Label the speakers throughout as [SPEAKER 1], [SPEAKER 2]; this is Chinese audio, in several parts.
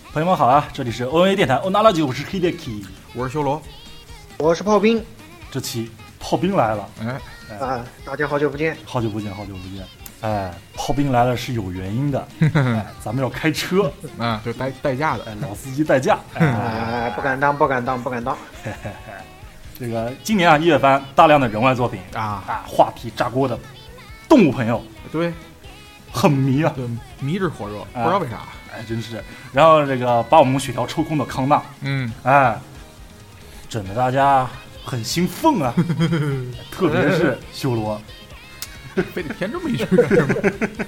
[SPEAKER 1] 朋友们好啊，这里是 ONA 电台欧娜拉吉，我是 Hideki，
[SPEAKER 2] 我是修罗，
[SPEAKER 3] 我是炮兵。
[SPEAKER 1] 这期炮兵来了，
[SPEAKER 3] 大家好久不见，
[SPEAKER 1] 好久不见。哎，炮兵来了是有原因的，哎，咱们要开车，
[SPEAKER 2] 就代驾的，
[SPEAKER 1] 老司机代驾，
[SPEAKER 3] 不敢当。
[SPEAKER 1] 嘿嘿嘿，这个今年啊1月份大量的人外作品话题炸锅的动物朋友，
[SPEAKER 2] 对，
[SPEAKER 1] 很迷啊，
[SPEAKER 2] 对，迷之火热，不知道为啥，
[SPEAKER 1] 哎，真是。然后这个把我们血条抽空的康纳，整得大家很兴奋啊，特别是修罗。
[SPEAKER 2] 非得添这么一句干什么？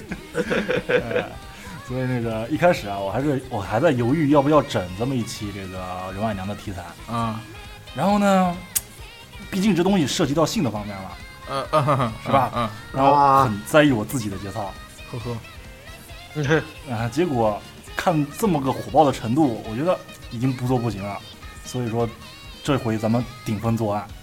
[SPEAKER 1] 所以那个一开始啊，我还在犹豫要不要整这么一期这个人外娘的题材
[SPEAKER 2] 啊。
[SPEAKER 1] 然后呢，毕竟这东西涉及到性的方面了，是吧？然后很在意我自己的节操，结果看这么个火爆的程度，我觉得已经不做不行了。所以说，这回咱们顶风作案。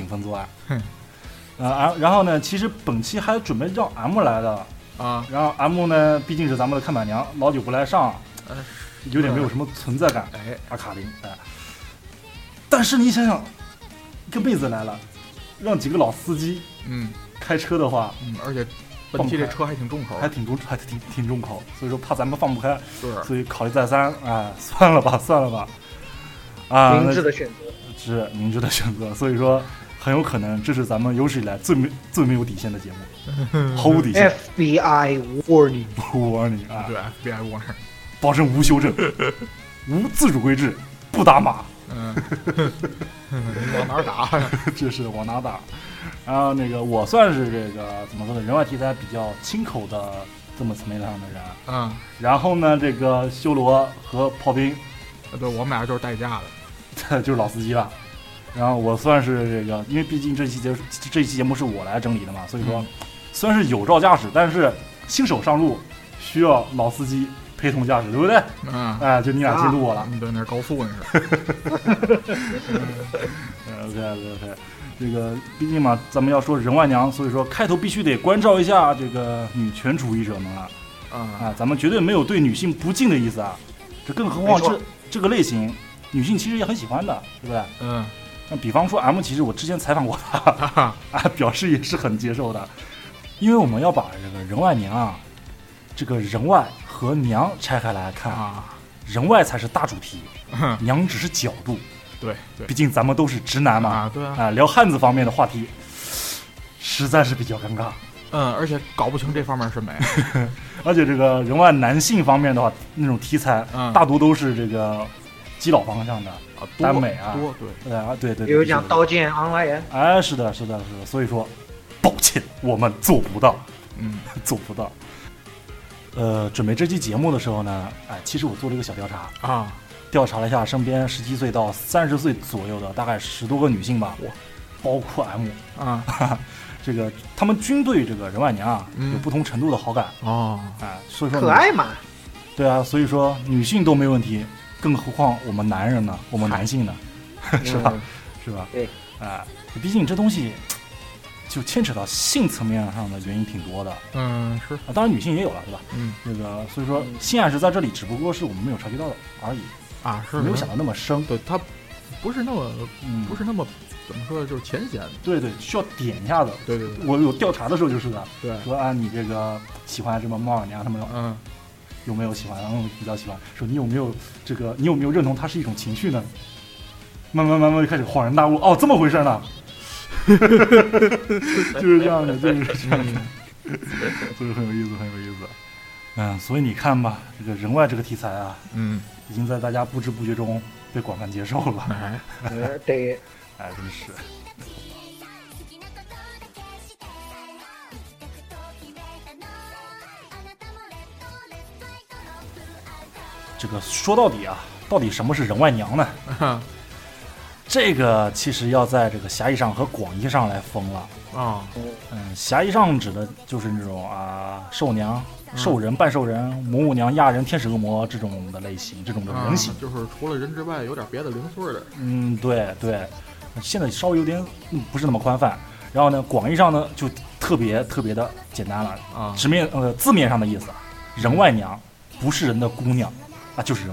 [SPEAKER 1] 然后呢，其实本期还准备让 M 来的啊，然后 M 呢，毕竟是咱们的看板娘，老久不来上，有点没有什么存在感。阿卡琳，但是你想想，一个妹子来了，让几个老司机，开车的话，
[SPEAKER 2] 而且本期这车还挺重口，
[SPEAKER 1] 还挺重口，所以说怕咱们放不开，所以考虑再三，算了吧，
[SPEAKER 3] 明智的选择，
[SPEAKER 1] 是明智的选择，所以说。很有可能这是咱们有史以来最没有底线的节目，毫无底线。
[SPEAKER 3] FBI warning
[SPEAKER 1] 啊，
[SPEAKER 2] 对 FBI warning，
[SPEAKER 1] 保证无修正，无自主规制，不打码。
[SPEAKER 2] 往哪儿打？
[SPEAKER 1] 这是往哪打？然后那个我算是这个怎么说呢？人外题材比较清口的这么层面上的人。然后呢，这个修罗和炮兵，
[SPEAKER 2] 对我们俩就是代驾的，
[SPEAKER 1] 就是老司机了。然后我算是这个，因为毕竟这一期节目是我来整理的嘛，所以说虽然是有照驾驶，但是新手上路需要老司机陪同驾驶，对不对？就你俩监督我了。
[SPEAKER 2] 对，那是高速那是。
[SPEAKER 1] OK， 这个毕竟嘛，咱们要说人外娘，所以说开头必须得关照一下这个女权主义者们啊。咱们绝对没有对女性不敬的意思啊。这更何况这个类型，女性其实也很喜欢的，对不对？那比方说 M， 其实我之前采访过他，表示也是很接受的，因为我们要把这个人外娘这个人外和娘拆开来看人外才是大主题，娘只是角度，
[SPEAKER 2] 对，
[SPEAKER 1] 毕竟咱们都是直男嘛，聊汉子方面的话题，实在是比较尴尬，
[SPEAKER 2] 而且搞不清这方面是美，
[SPEAKER 1] 而且这个人外男性方面的话，那种题材，大多都是这个基佬方向的。耽美对，
[SPEAKER 3] 比如讲刀剑昂莱人，
[SPEAKER 1] 是的，所以说，抱歉，我们做不到，做不到。准备这期节目的时候呢，其实我做了一个小调查调查了一下身边17岁到30岁左右的大概10多个女性吧，包括 M 这个他们均对这个人外娘有不同程度的好感所以说
[SPEAKER 3] 可爱嘛，
[SPEAKER 1] 对啊，所以说女性都没问题。更何况我们男人呢？我们男性呢？是吧？
[SPEAKER 3] 对，
[SPEAKER 1] 毕竟这东西就牵扯到性层面上的原因挺多的。
[SPEAKER 2] 是
[SPEAKER 1] 当然女性也有了，对吧？这个所以说性暗示在这里只不过是我们没有察觉到的而已
[SPEAKER 2] 是
[SPEAKER 1] 没有想到那么深。
[SPEAKER 2] 对，它不是那么怎么说，就是浅显。
[SPEAKER 1] 对，需要点一下子。对，我有调查的时候就是的。对，说你这个喜欢什么猫耳娘什么的。有没有喜欢？比较喜欢。说你有没有认同它是一种情绪呢？慢慢就开始恍然大悟，这么回事呢？就是这样的，所以很有意思。所以你看吧，这个人外这个题材已经在大家不知不觉中被广泛接受了。
[SPEAKER 3] 对，
[SPEAKER 1] 真是。这个说到底什么是人外娘呢？这个其实要在这个狭义上和广义上来分了狭义上指的就是那种兽娘、兽人、半兽人、魔物娘、亚人、天使恶魔这种的类型，这种的人形，
[SPEAKER 2] 就是除了人之外有点别的零碎的。
[SPEAKER 1] 对，现在稍微有点不是那么宽泛。然后呢，广义上呢就特别的简单了字面上的意思，人外娘不是人的姑娘就是人外娘。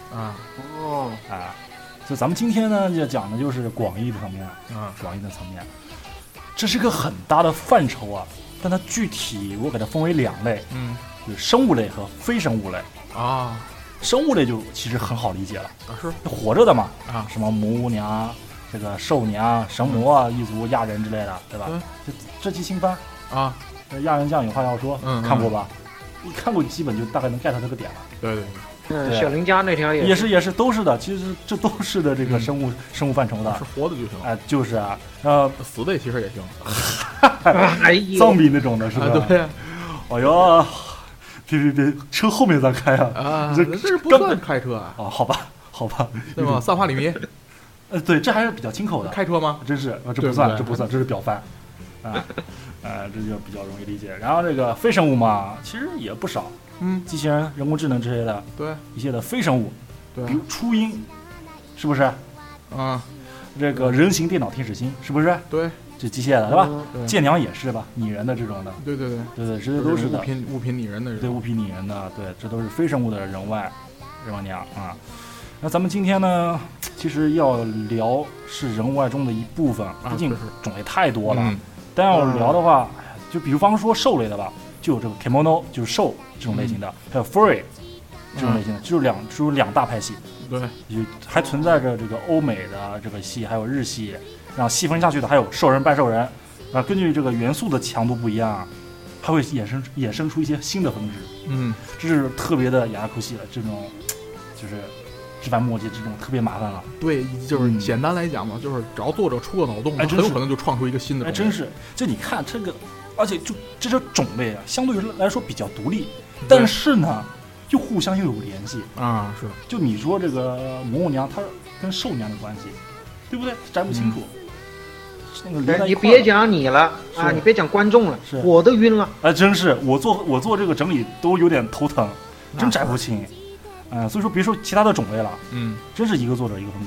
[SPEAKER 2] 啊。
[SPEAKER 3] 哦，
[SPEAKER 1] 啊，所以咱们今天呢就讲的就是广义的层面
[SPEAKER 2] 啊，
[SPEAKER 1] 广义的层面，这是个很大的范畴啊，但它具体我给它分为2类，就是生物类和非生物类
[SPEAKER 2] 啊。
[SPEAKER 1] 生物类就其实很好理解了，
[SPEAKER 2] 是
[SPEAKER 1] 活着的嘛
[SPEAKER 2] 啊，
[SPEAKER 1] 什么母娘、这个兽娘、神魔啊、异族、亚人之类的，对吧？就这期新番
[SPEAKER 2] 啊，
[SPEAKER 1] 亚人酱有话要说，看过吧？你看过基本就大概能 get 这个点了。
[SPEAKER 2] 对，
[SPEAKER 3] 小林家那条
[SPEAKER 1] 也是都是的，其实这都是的这个生物范畴的，
[SPEAKER 2] 是活的就行。
[SPEAKER 1] 哎，就是啊，
[SPEAKER 2] 死的其实也行，
[SPEAKER 1] 藏比那种的是吧？
[SPEAKER 2] 对，
[SPEAKER 1] 哎呦。别，车后面咋开
[SPEAKER 2] 啊？这是不算开车啊？
[SPEAKER 1] 哦，好吧，
[SPEAKER 2] 对吧？散发里迷，
[SPEAKER 1] 对，这还是比较清口的。
[SPEAKER 2] 开车吗？
[SPEAKER 1] 真是，这不算，这是表范，这就比较容易理解。然后这个非生物嘛，其实也不少，机器人、人工智能这些的，
[SPEAKER 2] 对，
[SPEAKER 1] 一些的非生物，
[SPEAKER 2] 对，
[SPEAKER 1] 比如初音，是不是？
[SPEAKER 2] 啊，
[SPEAKER 1] 这个人形电脑天使星，是不是？
[SPEAKER 2] 对。
[SPEAKER 1] 这机械的，对吧？舰娘也是吧，拟人的这种的。
[SPEAKER 2] 对，
[SPEAKER 1] 这些都是的。
[SPEAKER 2] 物品拟人的人。
[SPEAKER 1] 对，物品拟人的，对，这都是非生物的人外娘啊。那咱们今天呢，其实要聊是人外中的一部分，毕竟种类太多了。但要聊的话，就比方说兽类的吧，就有这个 Kemono， 就是兽这种类型的，还有 Furry 这种类型的，就是两大派系。
[SPEAKER 2] 对，
[SPEAKER 1] 还存在着这个欧美的这个系，还有日系。然后细分下去的还有兽人、半兽人，根据这个元素的强度不一样，它会衍生出一些新的分支。这是特别的雅库系的这种，就是枝繁末节这种特别麻烦了。
[SPEAKER 2] 对，就是简单来讲嘛，就是只要作者出个脑洞，很有可能就创出一个新的东西。
[SPEAKER 1] 真是，就你看这个，而且就这些种类啊，相对于来说比较独立，但是呢，又互相又有联系
[SPEAKER 2] 啊。是，
[SPEAKER 1] 就你说这个母娘，它跟兽娘的关系，对不对？摘不清楚。
[SPEAKER 3] 你别讲你了啊！你别讲观众了，我都晕了。
[SPEAKER 1] 真是我做这个整理都有点头疼，真摘不清。所以说别说其他的种类了，真是一个作者一个风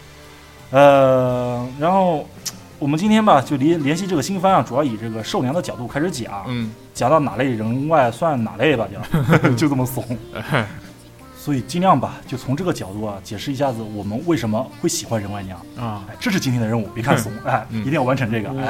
[SPEAKER 1] 格。然后我们今天吧就联系这个新番啊，主要以这个兽娘的角度开始讲，讲到哪类人外算哪类吧，就这么怂。所以尽量吧，就从这个角度啊，解释一下子我们为什么会喜欢人外娘啊，这是今天的任务，别看怂，一定要完成这个，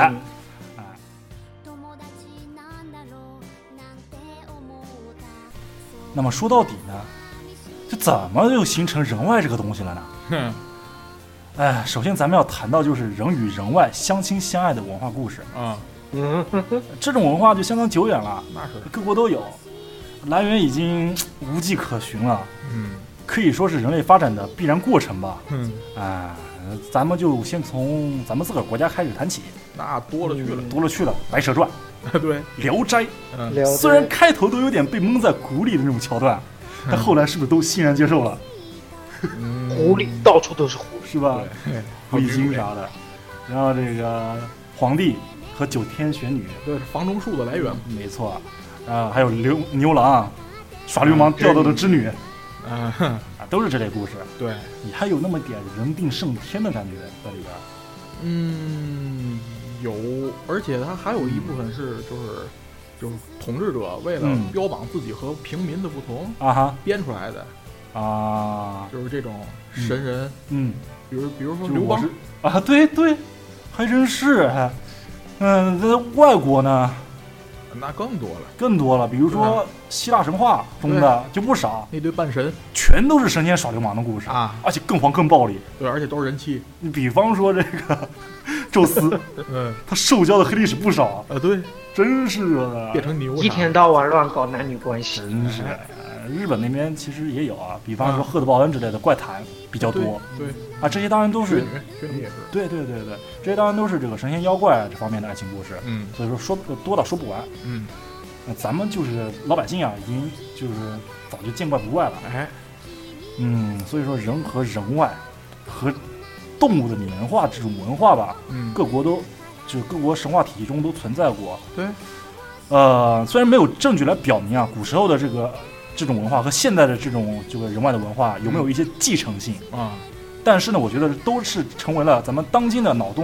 [SPEAKER 1] 那么说到底呢，这怎么又形成人外这个东西了呢？首先咱们要谈到就是人与人外相亲相爱的文化故事啊，这种文化就相当久远了，
[SPEAKER 2] 那是
[SPEAKER 1] 各国都有。来源已经无迹可寻了，可以说是人类发展的必然过程吧。咱们就先从咱们自个儿国家开始谈起。
[SPEAKER 2] 那多了
[SPEAKER 1] 去了，《白蛇传》
[SPEAKER 2] 对，《
[SPEAKER 1] 聊斋》虽然开头都有点被蒙在鼓里的那种桥段，但后来是不是都欣然接受了？
[SPEAKER 3] 狐狸到处都是狐狸，
[SPEAKER 1] 是吧？狐狸精啥的，然后这个皇帝和九天玄女，
[SPEAKER 2] 对，房中术的来源，
[SPEAKER 1] 没错。还有牛郎耍流氓钓到的织女，都是这类故事。
[SPEAKER 2] 对，
[SPEAKER 1] 你还有那么点人定胜天的感觉在里
[SPEAKER 2] 边。有，而且它还有一部分是就是统治者为了标榜自己和平民的不同编出来的就是这种神人。比如说刘邦
[SPEAKER 1] 啊，对，还真是。在外国呢。
[SPEAKER 2] 那更多了，
[SPEAKER 1] 比如说希腊神话中的就不少，
[SPEAKER 2] 那堆半神
[SPEAKER 1] 全都是神仙耍流氓的故事
[SPEAKER 2] 啊，
[SPEAKER 1] 而且更黄更暴力。
[SPEAKER 2] 对，而且都是人妻。
[SPEAKER 1] 你比方说这个宙斯，他受教的黑历史不少
[SPEAKER 2] 啊。对，
[SPEAKER 1] 真是的，
[SPEAKER 2] 变成牛，
[SPEAKER 3] 一天到晚乱搞男女关系，
[SPEAKER 1] 真是。日本那边其实也有啊，比方说赫德鲍恩之类的怪谈比较多。
[SPEAKER 2] 对
[SPEAKER 1] 这些当然都是
[SPEAKER 2] 雪女也是。
[SPEAKER 1] 对，这些当然都是这个神仙妖怪这方面的爱情故事。所以说多到说不完。咱们就是老百姓啊，已经就是早就见怪不怪了。所以说人和人外和动物的拟人化这种文化吧，各国神话体系中都存在过。
[SPEAKER 2] 对。
[SPEAKER 1] 虽然没有证据来表明啊，古时候的这种文化和现在的这个人外的文化有没有一些继承性
[SPEAKER 2] 啊？
[SPEAKER 1] 但是呢，我觉得都是成为了咱们当今的脑洞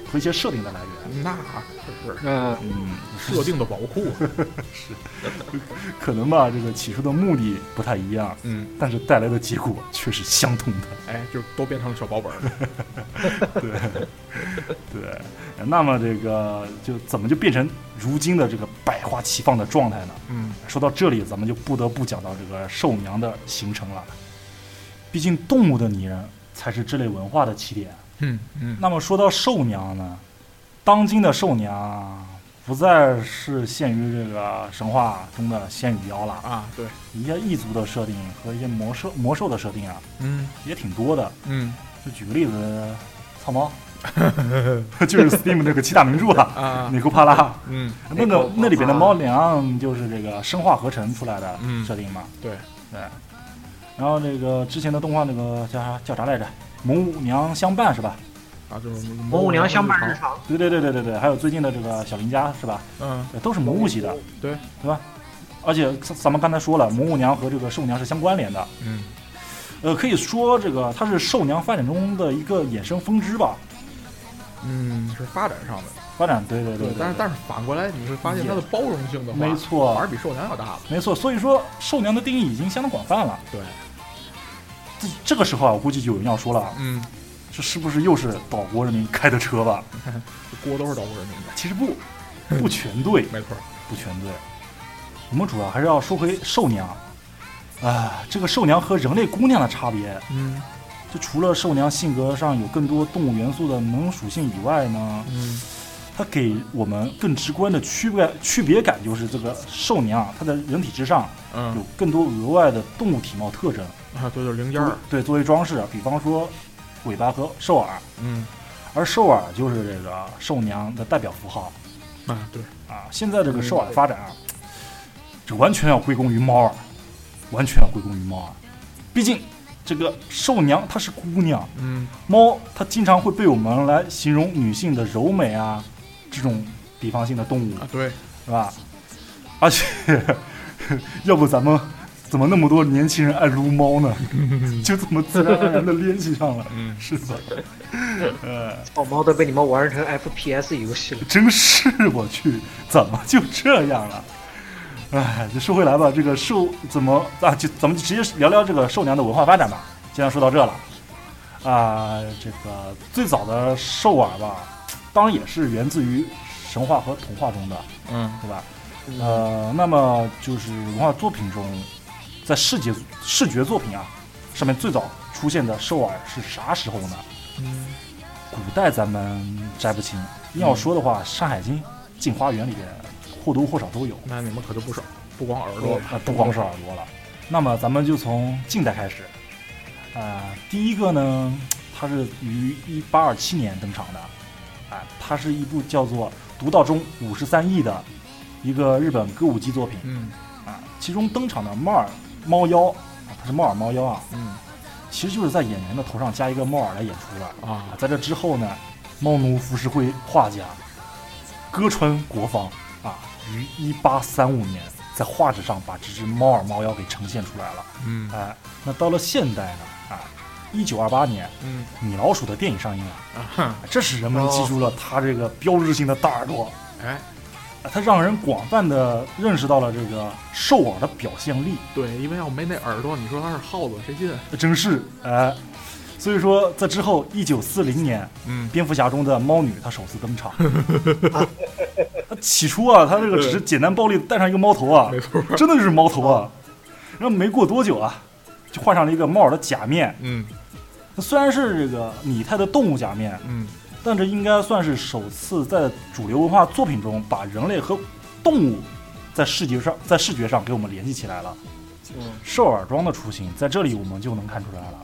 [SPEAKER 1] 和一些设定的来源。
[SPEAKER 2] 那是设定的宝库
[SPEAKER 1] 是可能吧，这个起初的目的不太一样，但是带来的结果却是相同的。
[SPEAKER 2] 哎，就都变成了小宝本
[SPEAKER 1] 对，那么这个就怎么就变成如今的这个百花齐放的状态呢？说到这里，咱们就不得不讲到这个兽娘的形成了。毕竟动物的拟人才是这类文化的起点。那么说到兽娘呢，当今的兽娘不再是限于这个神话中的仙与妖了
[SPEAKER 2] 啊，对，
[SPEAKER 1] 一些异族的设定和一些魔兽的设定啊，也挺多的。就举个例子，草猫，就是 Steam 那个7大名著啊，尼库帕拉，那里边的猫娘就是这个生化合成出来的设定嘛，
[SPEAKER 2] 对。
[SPEAKER 1] 然后这个之前的动画那个叫啥来着？母五娘相伴是吧？
[SPEAKER 2] 啊，就是
[SPEAKER 3] 母五娘相伴日常。
[SPEAKER 1] 对，还有最近的这个小林家是吧？都是母五系的，
[SPEAKER 2] 对
[SPEAKER 1] 吧？而且咱们刚才说了，母五娘和这个兽娘是相关联的。可以说这个它是兽娘发展中的一个衍生分支吧。
[SPEAKER 2] 是发展上的
[SPEAKER 1] 发展，对。
[SPEAKER 2] 但是反过来你会发现它的包容性的话，
[SPEAKER 1] 没错，
[SPEAKER 2] 反而比兽娘要大了。
[SPEAKER 1] 没错，所以说兽娘的定义已经相当广泛了。
[SPEAKER 2] 对。
[SPEAKER 1] 这个时候啊，我估计有人要说了，这是不是又是岛国人民开的车吧？
[SPEAKER 2] 锅都是岛国人民的。
[SPEAKER 1] 其实不全对，
[SPEAKER 2] 没错，
[SPEAKER 1] 不全对。我们主要还是要说回兽娘啊，这个兽娘和人类姑娘的差别，就除了兽娘性格上有更多动物元素的能属性以外呢，它给我们更直观的区别感就是这个兽娘它的人体之上有更多额外的动物体貌特征。
[SPEAKER 2] 对，就是零件儿，
[SPEAKER 1] 对，作为装饰，比方说尾巴和兽耳，而兽耳就是这个兽娘的代表符号。
[SPEAKER 2] 对
[SPEAKER 1] 啊，现在这个兽耳发展啊，这完全要归功于猫耳，完全要归功于猫耳。毕竟这个兽娘她是姑娘，猫它经常会被我们来形容女性的柔美啊，这种比方性的动物
[SPEAKER 2] 对，
[SPEAKER 1] 是吧？而且要不咱们怎么那么多年轻人爱撸猫呢？就这么自然而然的联系上了，是吧？
[SPEAKER 3] 草猫都被你们玩成 FPS 游戏了，
[SPEAKER 1] 真是我去，怎么就这样了？哎，就说回来吧，这个兽怎么啊？咱们就直接聊聊这个兽娘的文化发展吧。既然说到这了，这个最早的兽耳吧，当然也是源自于神话和童话中的，对吧？那么就是文化作品中。在视觉作品啊，上面最早出现的兽耳是啥时候呢？古代咱们摘不清，硬要说的话，山海经》《镜花缘》里边或多或少都有。
[SPEAKER 2] 那你们可就不少，不光耳朵，
[SPEAKER 1] 不光是耳朵了。那么咱们就从近代开始，第一个呢，它是于1827年登场的，它是一部叫做《独到中53亿》的一个日本歌舞伎作品，其中登场的猫妖它是猫耳猫妖啊，其实就是在演员的头上加一个猫耳来演出的啊。在这之后呢，猫奴浮世绘画家歌川国芳于1835年在画纸上把这只猫耳猫妖给呈现出来了。那到了现代呢，1928年，米老鼠的电影上映了，这使人们记住了它这个标志性的大耳朵，它让人广泛的认识到了这个兽耳的表现力。
[SPEAKER 2] 对，因为要没那耳朵，你说它是耗子谁信？
[SPEAKER 1] 真是所以说在之后1940年，蝙蝠侠中的猫女她首次登场。起初她这个只是简单暴力戴上一个猫头
[SPEAKER 2] 没错，
[SPEAKER 1] 真的是猫头然后没过多久就换上了一个猫耳的假面。虽然是这个拟态的动物假面，但这应该算是首次在主流文化作品中把人类和动物在视觉上给我们联系起来了。兽耳装的雏形在这里我们就能看出来了。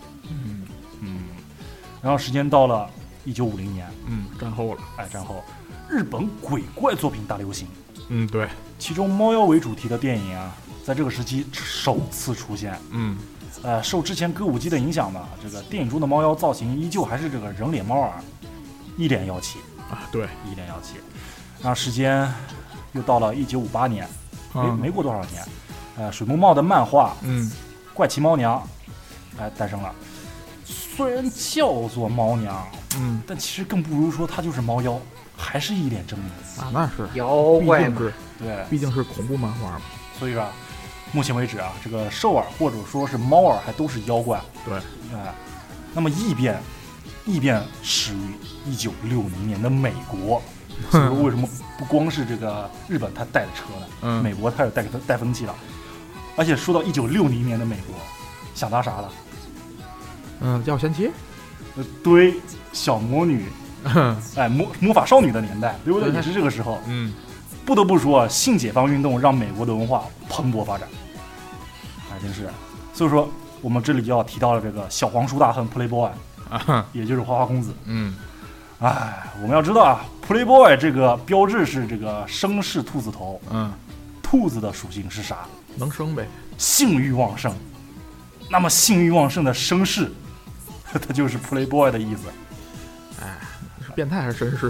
[SPEAKER 1] 然后时间到了1950年，
[SPEAKER 2] 战后了。
[SPEAKER 1] 战后，日本鬼怪作品大流行。
[SPEAKER 2] 对，
[SPEAKER 1] 其中猫妖为主题的电影在这个时期首次出现。受之前歌舞伎的影响吧，这个电影中的猫妖造型依旧还是这个人脸猫耳，一脸妖气
[SPEAKER 2] 对，
[SPEAKER 1] 一脸妖气。然后时间又到了1958年，没过多少年，水木茂的漫画怪奇猫娘诞生了。 虽然叫做猫娘，但其实更不如说她就是猫妖，还是一脸狰狞
[SPEAKER 2] 啊，那是
[SPEAKER 3] 妖怪嘛，
[SPEAKER 1] 对，
[SPEAKER 2] 毕竟是恐怖漫画嘛。
[SPEAKER 1] 所以说，目前为止啊，这个兽耳或者说是猫耳还都是妖怪。
[SPEAKER 2] 对，
[SPEAKER 1] 那么异变始于1960年的美国。所以说为什么不光是这个日本它带的车呢？美国它也带风气了。而且说到1960年的美国，想当啥了？
[SPEAKER 2] 要仙妻，
[SPEAKER 1] 对，小魔女，哎，魔法少女的年代，对不对？也是这个时候。不得不说，性解放运动让美国的文化蓬勃发展，还真是。所以说，我们这里就要提到了这个小黄书大亨 Playboy，也就是花花公子。我们要知道啊 ，Playboy 这个标志是这个绅士兔子头。兔子的属性是啥？
[SPEAKER 2] 能生呗，
[SPEAKER 1] 性欲旺盛。那么性欲旺盛的绅士，它就是 Playboy 的意思。
[SPEAKER 2] 是变态还是绅士？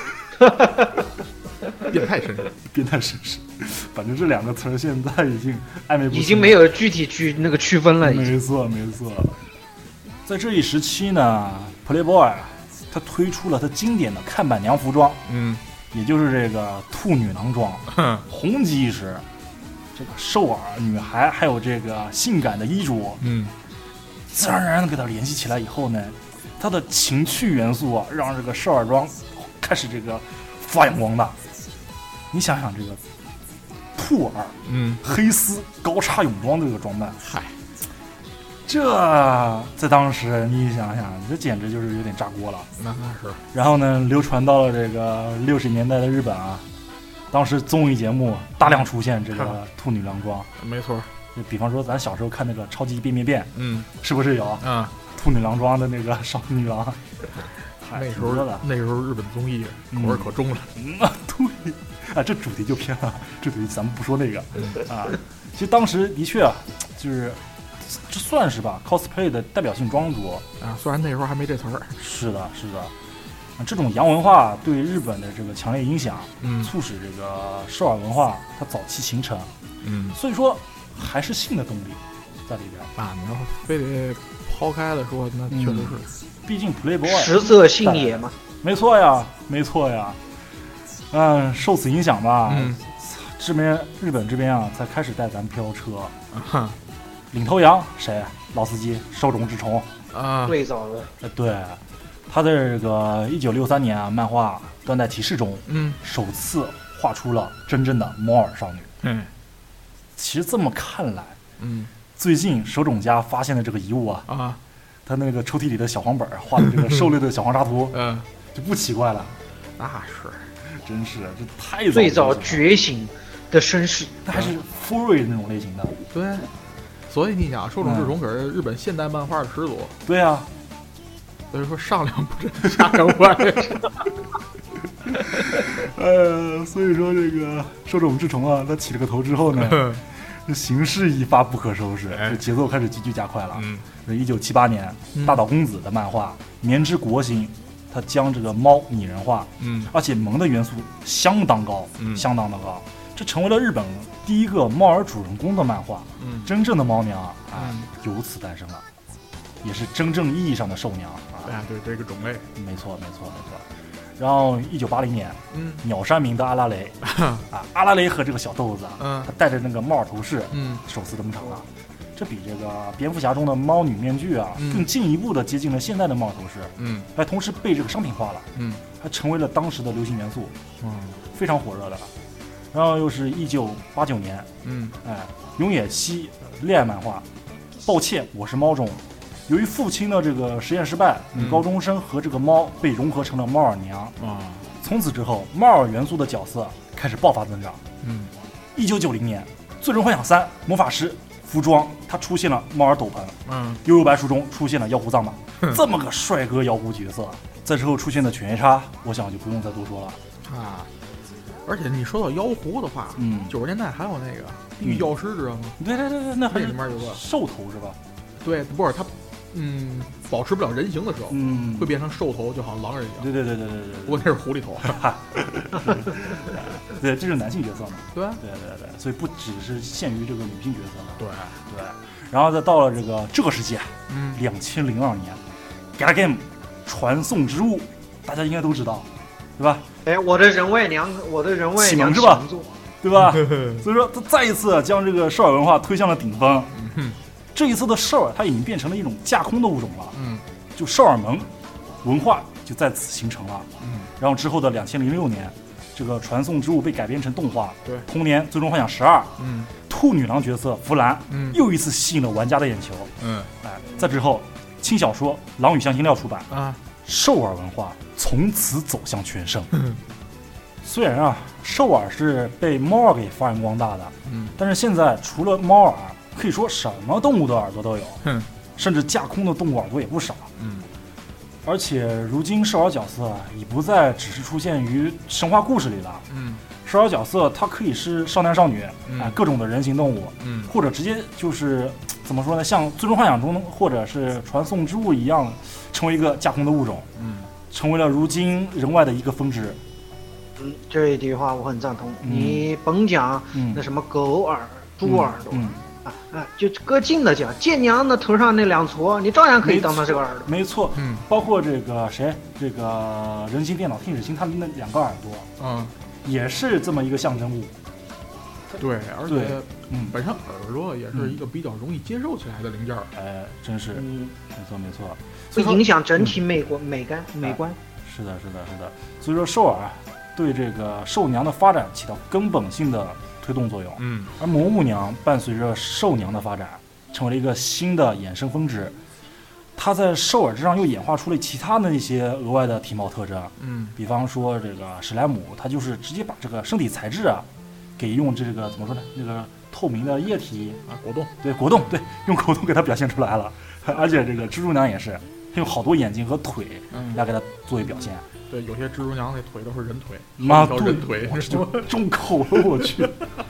[SPEAKER 2] 变态绅士，
[SPEAKER 1] 反正这两个词现在已经暧昧不清，
[SPEAKER 3] 已经没有具体区分了。
[SPEAKER 1] 没错。在这一时期呢 ，Playboy 他推出了他经典的看板娘服装，也就是这个兔女郎装，红极一时。这个兽耳女孩还有这个性感的衣着，自然而然的给他联系起来以后呢，他的情趣元素啊，让这个兽耳装开始这个发扬光大。你想想这个兔耳，黑丝高叉泳装这个装扮，这在当时你想想，这简直就是有点炸锅了。
[SPEAKER 2] 那是。然
[SPEAKER 1] 后呢，流传到了这个60年代的日本啊，当时综艺节目大量出现这个兔女郎装。
[SPEAKER 2] 没错。
[SPEAKER 1] 就比方说咱小时候看那个超级变变变，是不是有兔女郎装的那个少女郎？
[SPEAKER 2] 那时候日本综艺口味可重了。
[SPEAKER 1] 对。这主题就偏了，这主题咱们不说那个其实当时的确啊，就是这算是吧 cosplay 的代表性装着
[SPEAKER 2] 虽然那时候还没这词儿。
[SPEAKER 1] 是的。这种洋文化对日本的这个强烈影响，促使这个兽耳文化它早期形成。所以说还是性的动力在里边
[SPEAKER 2] 你要非得抛开了说，那确实是。
[SPEAKER 1] 毕竟 Playboy
[SPEAKER 3] 食色性也嘛。
[SPEAKER 1] 没错呀。受此影响吧，这边日本这边啊，才开始带咱们飘车。领头羊谁？老司机手冢治虫
[SPEAKER 3] 最早的。
[SPEAKER 1] 对，他在这个1963年啊，漫画《断代骑士》中，首次画出了真正的猫耳少女。其实这么看来，最近手冢家发现的这个遗物他那个抽屉里的小黄本画的这个狩猎的小黄沙图，就不奇怪了。
[SPEAKER 2] 那是。
[SPEAKER 1] 真是，这太
[SPEAKER 3] 最早觉醒的绅士，
[SPEAKER 1] 那还是福瑞那种类型的。
[SPEAKER 2] 对，所以你想，手冢治虫可是日本现代漫画的始祖。
[SPEAKER 1] 对啊，
[SPEAKER 2] 所以说上梁不正下梁歪。
[SPEAKER 1] 所以说这个手冢治虫啊，他起了个头之后呢，这形势一发不可收拾，这节奏开始急剧加快了。1978年，大岛公子的漫画《棉之国星》。他将这个猫拟人化，而且萌的元素相当高，这成为了日本第一个猫耳主人公的漫画。真正的猫娘由此诞生了，也是真正意义上的兽娘
[SPEAKER 2] 对这个种类，
[SPEAKER 1] 没错。然后1980年，鸟山明的阿拉蕾阿拉蕾和这个小豆子他戴着那个猫耳头饰，首次登场了。这比这个蝙蝠侠中的猫女面具更进一步的接近了现代的猫头饰，还同时被这个商品化了，还成为了当时的流行元素，非常火热的。然后又是1989年，永野希恋爱漫画《抱歉我是猫》中，由于父亲的这个实验失败，女高中生和这个猫被融合成了猫耳娘，从此之后猫耳元素的角色开始爆发增长。1990年，《最终幻想3》魔法师。服装，它出现了猫耳斗篷。幽游白书中出现了妖狐藏马，这么个帅哥妖狐角色。在之后出现的犬夜叉，我想就不用再多说了
[SPEAKER 2] 而且你说到妖狐的话，90年代还有那个地狱教师，知道吗？
[SPEAKER 1] 对，那
[SPEAKER 2] 里面有个
[SPEAKER 1] 兽头是吧？
[SPEAKER 2] 对，不是他，保持不了人形的时候，会变成兽头，就好像狼人一样。
[SPEAKER 1] 对。
[SPEAKER 2] 不过那是狐狸头。
[SPEAKER 1] 对，这是男性角色嘛？
[SPEAKER 2] 对，
[SPEAKER 1] 所以不只是限于这个女性角色嘛？
[SPEAKER 2] 对。
[SPEAKER 1] 然后再到了这个世界，2002年， Galgame 传送之物，大家应该都知道，对吧？
[SPEAKER 3] 哎，我的人外娘
[SPEAKER 1] 是吧？对吧？所以说他再一次将这个兽耳文化推向了顶峰。这一次的兽耳它已经变成了一种架空的物种了。就兽耳门文化就在此形成了。然后之后的2006年，这个传送之物被改编成动画。
[SPEAKER 2] 对，
[SPEAKER 1] 同年《最终幻想12》，兔女郎角色弗兰，又一次吸引了玩家的眼球。在之后，轻小说《狼与香辛料》出版啊，兽耳文化从此走向全盛。虽然啊，兽耳是被猫耳给发扬光大的，但是现在除了猫耳，可以说什么动物的耳朵都有，甚至架空的动物耳朵也不少。而且如今兽耳角色已不再只是出现于神话故事里了。兽耳角色它可以是少男少女，各种的人形动物，或者直接就是怎么说呢，像《最终幻想》中或者是传送之物一样，成为一个架空的物种，成为了如今人外的一个分支。
[SPEAKER 3] 这一句话我很赞同。你甭讲那什么狗耳、猪耳朵，就搁近的讲，舰娘的头上那2撮，你照样可以当它这个耳朵。
[SPEAKER 1] 没错，包括这个谁，这个人形电脑天使星，他们那2个耳朵，也是这么一个象征物。
[SPEAKER 2] 对，而且本身耳朵也是一个比较容易接受起来的零件。
[SPEAKER 1] 真是，没错，
[SPEAKER 3] 会影响整体美观。
[SPEAKER 1] 是的。所以说兽耳对这个兽娘的发展起到根本性的推动作用。而魔物娘伴随着兽娘的发展，成为了一个新的衍生分支。它在兽耳之上又演化出了其他的一些额外的体貌特征。比方说这个史莱姆，它就是直接把这个身体材质给用这个怎么说呢？那个透明的液体
[SPEAKER 2] 果冻，
[SPEAKER 1] 果冻，用果冻给它表现出来了。而且这个蜘蛛娘也是，它用好多眼睛和腿来给它作为表现。
[SPEAKER 2] 对，有些蜘蛛娘那腿都是人腿，
[SPEAKER 1] 妈，
[SPEAKER 2] 人腿，
[SPEAKER 1] 就重口了，我去。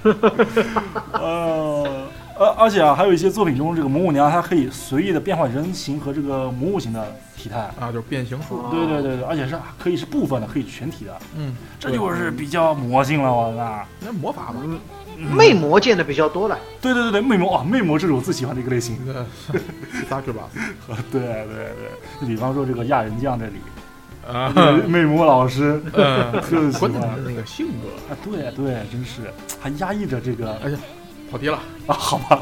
[SPEAKER 1] 而且还有一些作品中，这个魔物娘它可以随意的变换人形和这个魔物型的体态
[SPEAKER 2] 就是变形术。
[SPEAKER 1] 对，而且是可以是部分的，可以全体的。这就是比较魔性了，我操！
[SPEAKER 2] 那魔法嘛，
[SPEAKER 3] 魅魔见的比较多了。
[SPEAKER 1] 对，魅魔这是我最喜欢的一个类型。
[SPEAKER 2] 撒去吧。
[SPEAKER 1] 对，就比方说这个亚人酱这里。魅魔老师，特喜欢
[SPEAKER 2] 那个性格
[SPEAKER 1] 对，真是还压抑着这个。
[SPEAKER 2] 哎呀，跑题了
[SPEAKER 1] 好吧，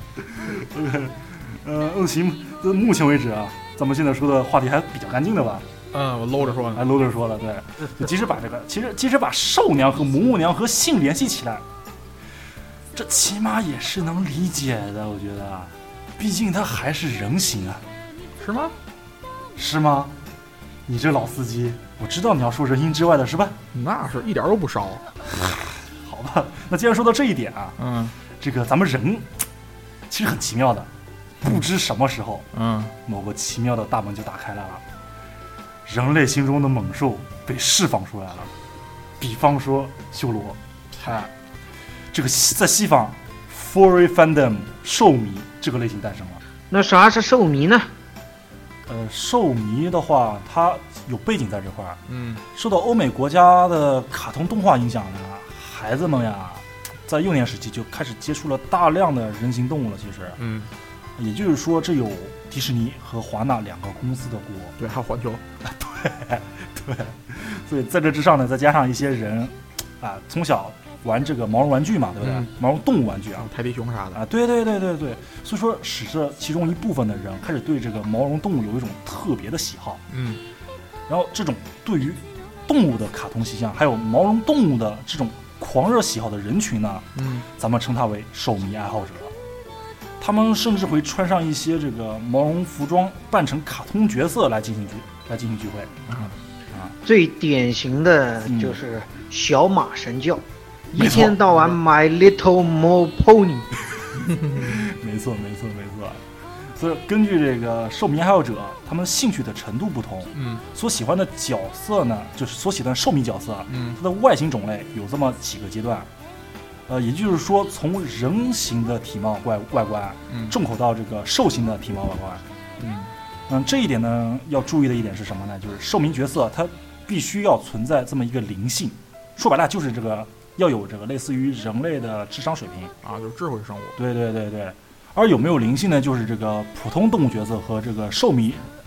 [SPEAKER 1] 行，目前为止咱们现在说的话题还比较干净的吧？
[SPEAKER 2] 我搂着说了，
[SPEAKER 1] 搂着说了，对，就即使把这个，其实把兽娘和魔物娘和性联系起来，这起码也是能理解的，我觉得，毕竟它还是人形啊，是吗？你这老司机，我知道你要说人形之外的是吧？
[SPEAKER 2] 那是一点都不少。
[SPEAKER 1] 好吧，那既然说到这一点这个咱们人其实很奇妙的，不知什么时候，某个奇妙的大门就打开来了，人类心中的猛兽被释放出来了。比方说修罗，这个在西方 furry fandom 兽迷这个类型诞生了。
[SPEAKER 3] 那啥是兽迷呢？
[SPEAKER 1] 兽迷的话，它有背景在这块儿。受到欧美国家的卡通动画影响呢，孩子们呀，在幼年时期就开始接触了大量的人形动物了。其实，也就是说，这有迪士尼和华纳2个公司的锅。
[SPEAKER 2] 对，还有环球。
[SPEAKER 1] 对，所以在这之上呢，再加上一些人，从小玩这个毛绒玩具嘛，对不对？毛绒动物玩具
[SPEAKER 2] 泰迪熊啥的
[SPEAKER 1] 对，所以说使得其中一部分的人开始对这个毛绒动物有一种特别的喜好。然后这种对于动物的卡通形象，还有毛绒动物的这种狂热喜好的人群呢，咱们称它为兽迷爱好者。他们甚至会穿上一些这个毛绒服装，扮成卡通角色来进行聚会。
[SPEAKER 3] 最典型的就是小马神教。一天到晚 My Little Mo Pony。
[SPEAKER 1] 没错。所以根据这个兽迷爱好者他们兴趣的程度不同，所喜欢的角色呢，就是所喜欢的兽迷角色，它的外形种类有这么几个阶段。也就是说，从人形的体貌外观，重口到这个兽形的体貌外观。这一点呢，要注意的一点是什么呢？就是兽迷角色它必须要存在这么一个灵性，说白了就是这个要有这个类似于人类的智商水平
[SPEAKER 2] 就是智慧生物。
[SPEAKER 1] 对。而有没有灵性呢？就是这个普通动物角色和这个兽迷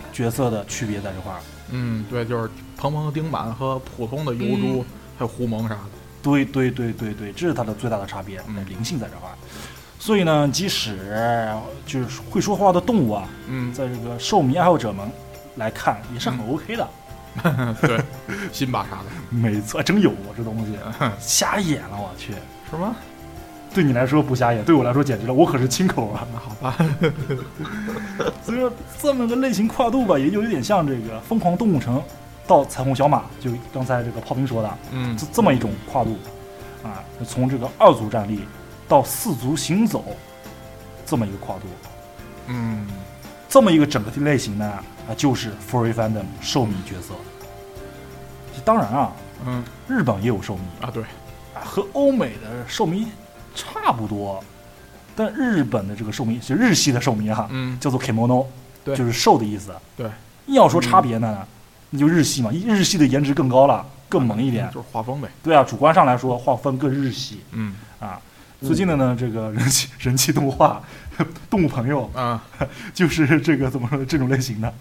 [SPEAKER 1] 角色的区别在这块儿。
[SPEAKER 2] 对，就是蓬蓬丁满和普通的疣猪还有狐獴啥的。
[SPEAKER 1] 对，这是它的最大的差别，灵性在这块儿。所以呢，即使就是会说话的动物啊，在这个兽迷爱好者们来看也是很 OK 的。
[SPEAKER 2] 对，辛巴啥的，
[SPEAKER 1] 没错，真有这东西，瞎眼了，我去，
[SPEAKER 2] 是吗？
[SPEAKER 1] 对你来说不瞎眼，对我来说简直了，我可是亲口啊。
[SPEAKER 2] 那好吧，
[SPEAKER 1] 所以说这么个类型跨度吧，也就有点像这个疯狂动物城到彩虹小马，就刚才这个炮兵说的，这么一种跨度啊，从这个2足站立到4足行走，这么一个跨度，这么一个整个类型呢，就是 Furry Fandom 兽迷角色。当然啊，日本也有兽迷
[SPEAKER 2] 啊，对，
[SPEAKER 1] 和欧美的兽迷差不多，但日本的这个兽迷是日系的兽迷哈，叫做 Kemono，
[SPEAKER 2] 对，
[SPEAKER 1] 就是兽的意思。
[SPEAKER 2] 对，
[SPEAKER 1] 要说差别呢，那就日系嘛，日系的颜值更高了，更萌一点，
[SPEAKER 2] 就是画风呗。
[SPEAKER 1] 对啊，主观上来说，画风更日系。最近的呢，这个人气动画《动物朋友》就是这个怎么说这种类型的，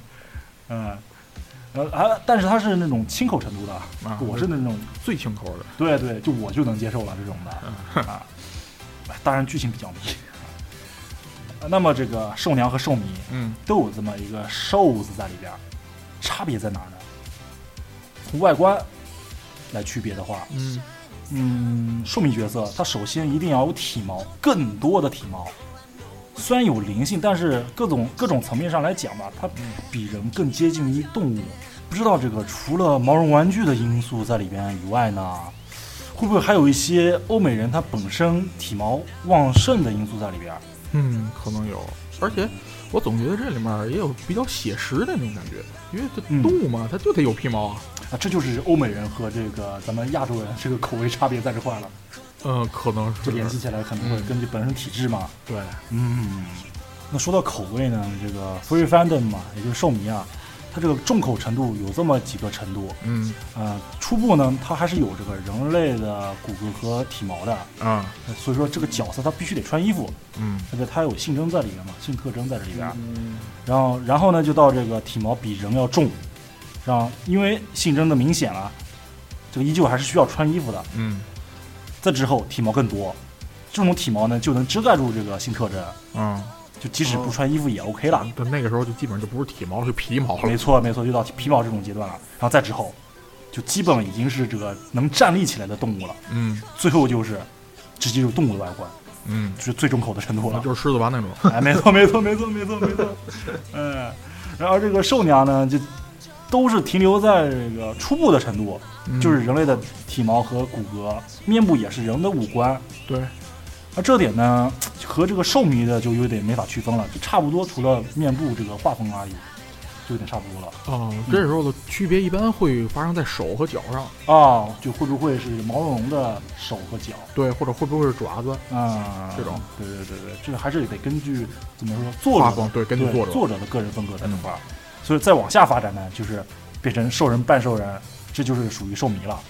[SPEAKER 1] 但是它是那种清口程度的，我是那种
[SPEAKER 2] 最清口的。
[SPEAKER 1] 对，就我就能接受了这种的当然剧情比较迷。那么这个兽娘和兽迷，都有这么一个兽字在里边，差别在哪儿呢？从外观来区别的话，兽迷角色它首先一定要有体毛，更多的体毛。虽然有灵性，但是各种层面上来讲吧，它比人更接近于动物。不知道这个除了毛绒玩具的因素在里边以外呢，会不会还有一些欧美人他本身体毛旺盛的因素在里边？
[SPEAKER 2] 可能有。而且我总觉得这里面也有比较写实的那种感觉，因为这动物嘛，它就得有皮毛啊。
[SPEAKER 1] 这就是欧美人和这个咱们亚洲人这个口味差别在这块了。
[SPEAKER 2] 可能是。
[SPEAKER 1] 这联系起来可能会根据本身体质嘛。
[SPEAKER 2] 对。
[SPEAKER 1] 那说到口味呢，这个 Furry Fandom 嘛，也就是兽迷啊，它这个重口程度有这么几个程度。初步呢，它还是有这个人类的骨骼和体毛的。所以说这个角色它必须得穿衣服。而且它有性征在里面嘛，性特征在这里边。然后呢，就到这个体毛比人要重。因为性征的明显了，这个依旧还是需要穿衣服的。再之后体毛更多，这种体毛呢就能遮盖住这个性特征。就即使不穿衣服也 OK 了。
[SPEAKER 2] 但那个时候就基本上就不是体毛，是皮毛了。
[SPEAKER 1] 没错，就到皮毛这种阶段了。然后再之后，就基本已经是这个能站立起来的动物了。最后就是直接就是动物的外观。就是最重口的程度了，
[SPEAKER 2] 就是狮子丸那种。
[SPEAKER 1] 没错。然后这个兽娘呢就都是停留在这个初步的程度，就是人类的体毛和骨骼，面部也是人的五官。
[SPEAKER 2] 对，
[SPEAKER 1] 而这点呢和这个兽迷的就有点没法区分了，就差不多，除了面部这个画风而已，就有点差不多了。
[SPEAKER 2] 这时候的区别一般会发生在手和脚上。
[SPEAKER 1] 就会不会是毛茸茸的手和脚？
[SPEAKER 2] 对，或者会不会是爪子？这种。对，
[SPEAKER 1] 这个还是得根据怎么说作者
[SPEAKER 2] 对，根据
[SPEAKER 1] 作者的个人风格在这块儿。所以再往下发展呢，就是变成兽人半兽人，这就是属于兽迷了。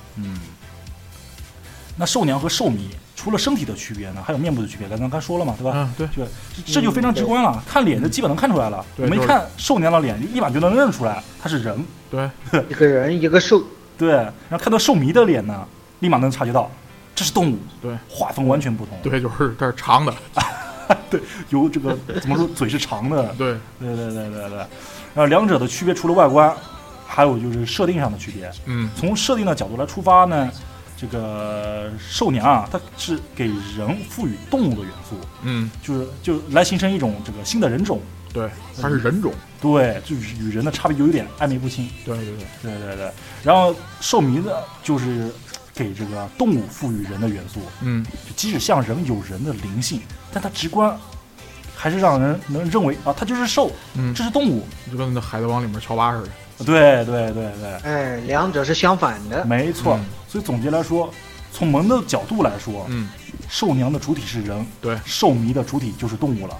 [SPEAKER 1] 那兽娘和兽迷除了身体的区别呢，还有面部的区别。刚刚说了嘛，对吧？
[SPEAKER 2] 对，
[SPEAKER 1] 这就非常直观了，看脸就基本能看出来了。我们一看兽娘的脸，立马就能认出来他是人。
[SPEAKER 2] 对，
[SPEAKER 3] 一个人一个兽。
[SPEAKER 1] 对，然后看到兽迷的脸呢，立马能察觉到这是动物。
[SPEAKER 2] 对，
[SPEAKER 1] 画风完全不同。
[SPEAKER 2] 对，就是它是长的。
[SPEAKER 1] 对，有这个怎么说，嘴是长的。
[SPEAKER 2] 对。
[SPEAKER 1] 然后两者的区别除了外观，还有就是设定上的区别。从设定的角度来出发呢，这个兽娘啊，它是给人赋予动物的元素。就来形成一种这个新的人种。
[SPEAKER 2] 对，它是人种。
[SPEAKER 1] 对，就是与人的差别有点暧昧不清。
[SPEAKER 2] 对。
[SPEAKER 1] 然后兽迷呢，就是给这个动物赋予人的元素。就即使像人有人的灵性，但它直观还是让人能认为它就是兽，这是动物，
[SPEAKER 2] 就跟那海贼王里面乔巴似的。
[SPEAKER 1] 对。
[SPEAKER 3] 两者是相反的。
[SPEAKER 1] 没错。所以总结来说，从萌的角度来说，兽娘的主体是人，
[SPEAKER 2] 对，
[SPEAKER 1] 兽迷的主体就是动物了。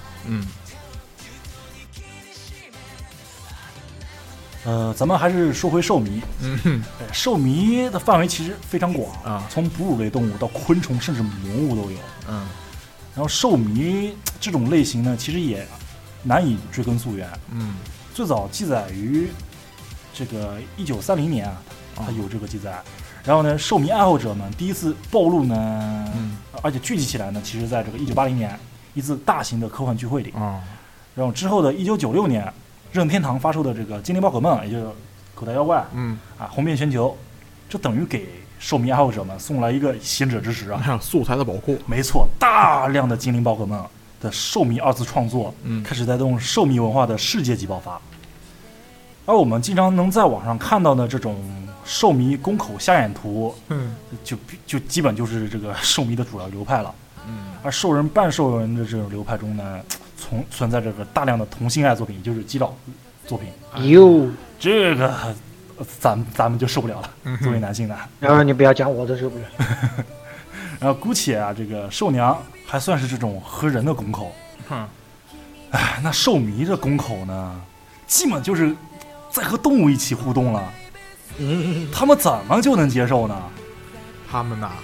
[SPEAKER 1] 咱们还是说回兽迷。兽迷的范围其实非常广从哺乳类动物到昆虫甚至魔物都有。然后兽迷这种类型呢，其实也难以追根溯源。 最早记载于这个1930年啊，它有这个记载。然后呢，兽迷爱好者们第一次暴露呢，而且聚集起来呢，其实在这个1980年一次大型的科幻聚会里。然后之后的1996年，任天堂发售的这个《精灵宝可梦》，也就是口袋妖怪，红遍全球，这等于给兽迷爱好者们送来一个贤者之石啊，
[SPEAKER 2] 素材的宝库。
[SPEAKER 1] 没错，大量的精灵宝可梦的兽迷二次创作，开始带动兽迷文化的世界级爆发。而我们经常能在网上看到的这种兽迷宫口瞎眼图，就基本就是这个兽迷的主要流派了。而兽人半兽人的这种流派中呢，存在这个大量的同性爱作品，也就是基佬作品。这个咱们就受不了了，作为男性的。
[SPEAKER 3] 然后你不要讲，我都受不了。
[SPEAKER 1] 然后姑且啊，这个兽娘还算是这种和人的宫口。那兽迷这宫口呢，基本就是在和动物一起互动了。他们怎么就能接受呢？
[SPEAKER 2] 他们呐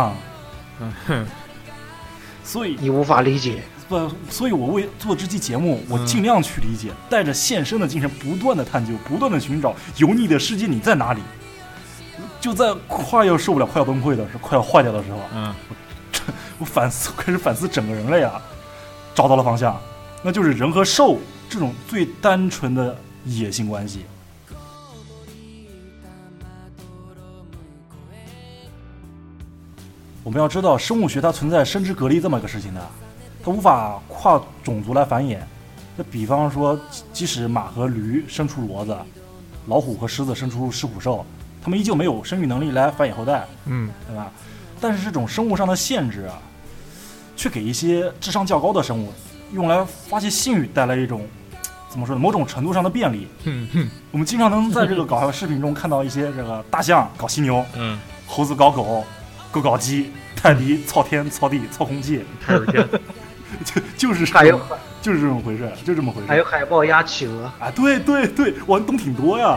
[SPEAKER 1] 所以
[SPEAKER 3] 你无法理解。
[SPEAKER 1] 所以我为做这期节目，我尽量去理解，带着献身的精神，不断的探究，不断的寻找油腻的世界你在哪里。就在快要受不了、快要崩溃的时候、快要坏掉的时候，我开始反思整个人类啊，找到了方向，那就是人和兽这种最单纯的野性关系。我们要知道，生物学它存在生殖隔离这么一个事情的。它无法跨种族来繁衍。那比方说，即使马和驴生出骡子，老虎和狮子生出狮虎兽，它们依旧没有生育能力来繁衍后代，对吧？但是这种生物上的限制啊，却给一些智商较高的生物用来发泄性欲带来一种怎么说呢？某种程度上的便利。我们经常能在这个搞笑视频中看到一些这个大象搞犀牛，猴子搞狗，狗搞鸡，泰迪操天操地操空气，就是这么回事，就这么回事。
[SPEAKER 3] 还有海豹压企鹅
[SPEAKER 1] 啊，对，我懂挺多呀。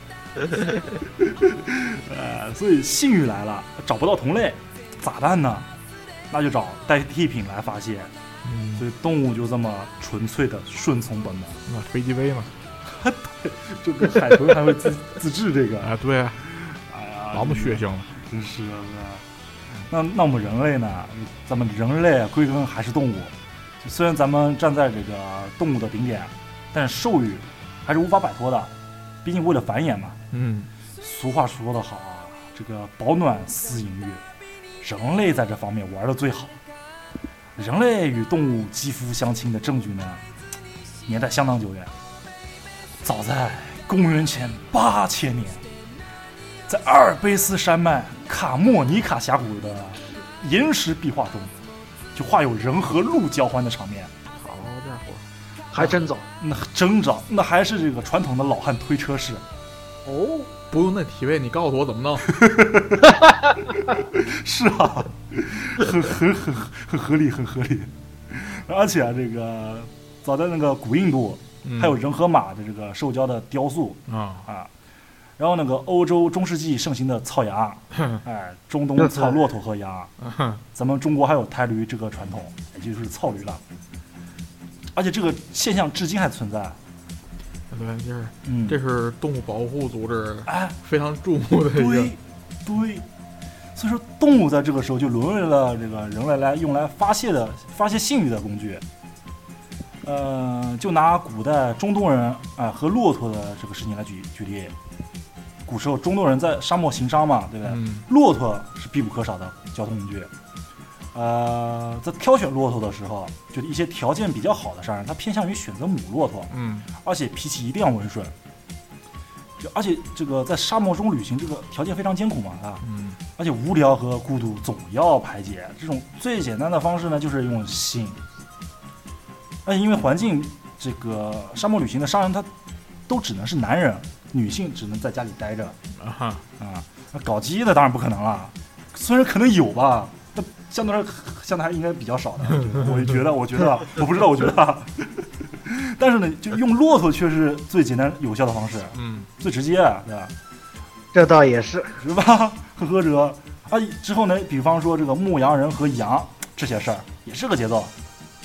[SPEAKER 1] 所以性欲来了，找不到同类，咋办呢？那就找代替品来发泄。所以动物就这么纯粹的顺从本能。
[SPEAKER 2] 那飞机杯嘛，
[SPEAKER 1] 对，就跟海豚还会自制这个
[SPEAKER 2] 啊，对啊，
[SPEAKER 1] 哎呀，
[SPEAKER 2] 老么血腥了，
[SPEAKER 1] 真是的。那我们人类呢？咱们人类归根还是动物。虽然咱们站在这个动物的顶点，但是兽欲还是无法摆脱的。毕竟为了繁衍嘛。俗话说得好啊，这个保暖思淫欲，人类在这方面玩的最好。人类与动物肌肤相亲的证据呢，年代相当久远，早在公元前8000年。在阿尔卑斯山脉卡莫尼卡峡谷的岩石壁画中，就画有人和鹿交欢的场面。
[SPEAKER 2] 好家伙，
[SPEAKER 3] 还真早，
[SPEAKER 1] 那真早，那还是这个传统的老汉推车式。
[SPEAKER 2] 哦，不用那体位，你告诉我怎么弄？
[SPEAKER 1] 是啊，很合理，很合理。而且啊，这个早在那个古印度，还有人和马的这个兽交的雕塑然后那个欧洲中世纪盛行的操羊，中东操骆驼和羊，咱们中国还有胎驴这个传统，也就是操驴了。而且这个现象至今还存在。
[SPEAKER 2] 对，这是动物保护组织非常注目的一个。
[SPEAKER 1] 对，所以说动物在这个时候就沦为了这个人类用来发泄性欲的工具。就拿古代中东人和骆驼的这个事情来举例。古时候中东人在沙漠行商嘛，对不对？骆驼是必不可少的交通工具。在挑选骆驼的时候，就一些条件比较好的商人，他偏向于选择母骆驼，而且脾气一定要温顺。而且这个在沙漠中旅行，这个条件非常艰苦嘛，而且无聊和孤独总要排解。这种最简单的方式呢，就是用性。而且因为环境，这个沙漠旅行的商人他都只能是男人。女性只能在家里待着搞基的当然不可能了，虽然可能有吧，但相对还应该比较少的。我觉得，我不知道，我觉得，但是呢，就用骆驼却是最简单有效的方式，最直接，对吧？
[SPEAKER 3] 这倒也是
[SPEAKER 1] 吧？呵着之后呢，比方说这个牧羊人和羊这些事儿也是个节奏。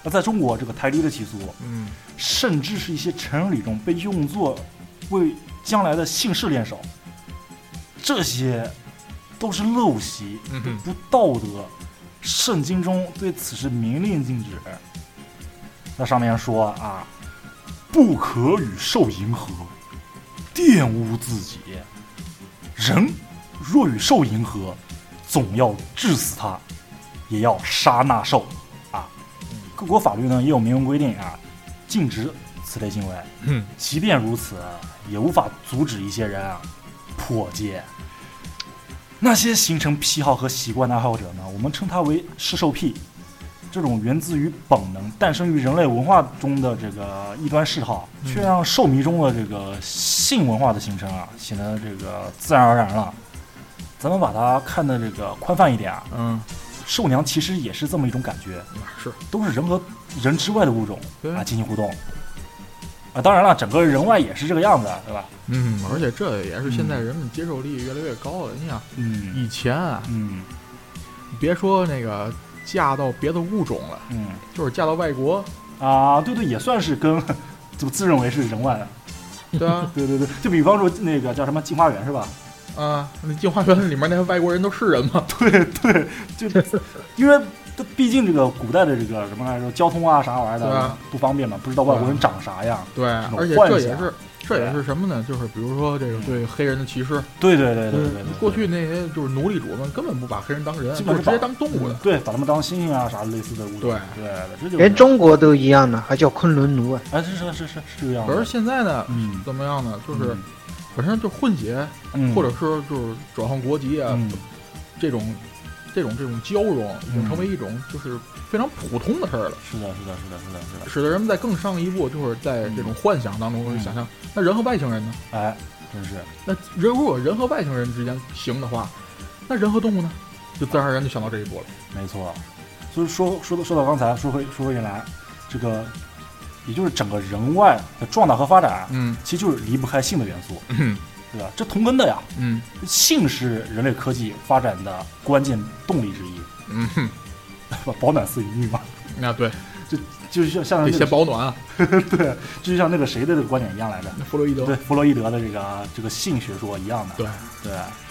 [SPEAKER 1] 而在中国这个抬低的习俗，甚至是一些成人礼中被用作为将来的姓氏练手，这些都是陋习，不道德。圣经中对此事明令禁止。那上面说啊，不可与兽迎合，玷污自己。人若与兽迎合，总要治死他，也要杀那兽啊。各国法律呢也有明文规定啊，禁止此类行为。即便如此，也无法阻止一些人啊破戒。那些形成癖好和习惯的爱好者呢，我们称它为嗜兽癖。这种源自于本能、诞生于人类文化中的这个异端嗜好，却让兽迷中的这个性文化的形成啊，显得这个自然而然了。咱们把它看的这个宽泛一点啊，兽娘其实也是这么一种感觉，
[SPEAKER 2] 是
[SPEAKER 1] 都是人和人之外的物种啊进行互动。当然了，整个人外也是这个样子，对吧？
[SPEAKER 2] 而且这也是现在人们接受力越来越高了。你想，以前啊，别说那个嫁到别的物种了，就是嫁到外国
[SPEAKER 1] 啊，对，也算是跟就自认为是人外的，
[SPEAKER 2] 对啊，
[SPEAKER 1] 对，就比方说那个叫什么镜花缘是吧？
[SPEAKER 2] 啊，那镜花缘里面那些外国人都是人吗？
[SPEAKER 1] 对，就因为毕竟这个古代的这个什么来说，交通啊啥玩意儿的不方便嘛，不知道外国人长啥样。
[SPEAKER 2] 对，而且这也是什么呢？就是比如说这个对黑人的歧视。对。
[SPEAKER 1] 过
[SPEAKER 2] 去那些就是奴隶主们根本不把黑人当人，基本上直接当动物的。
[SPEAKER 1] 对，把他们当猩猩啊啥类似的物种。对，
[SPEAKER 3] 连中国都一样的，还叫昆仑奴啊。
[SPEAKER 1] 是这样。
[SPEAKER 2] 可是现在呢，怎么样呢？就是本身就混血，或者说就是转换国籍啊，这种交融已经成为一种就是非常普通的事儿了。是的，使得人们在更上一步，就是在这种幻想当中想象，那人和外星人呢？哎，
[SPEAKER 1] 真是。
[SPEAKER 2] 那如果人和外星人之间行的话，那人和动物呢？就自然而然就想到这一步了。
[SPEAKER 1] 没错。所以说到刚才，说回原来，这个也就是整个人外的壮大和发展，其实就是离不开性的元素。对吧？这同根的呀。性是人类科技发展的关键动力之一。保暖似于女嘛。
[SPEAKER 2] 啊，对，
[SPEAKER 1] 就是像
[SPEAKER 2] 得先保暖啊。
[SPEAKER 1] 对，就像那个谁的这个观点一样来着。
[SPEAKER 2] 弗洛伊德。
[SPEAKER 1] 对，弗洛伊德的这个性学说一样的。对。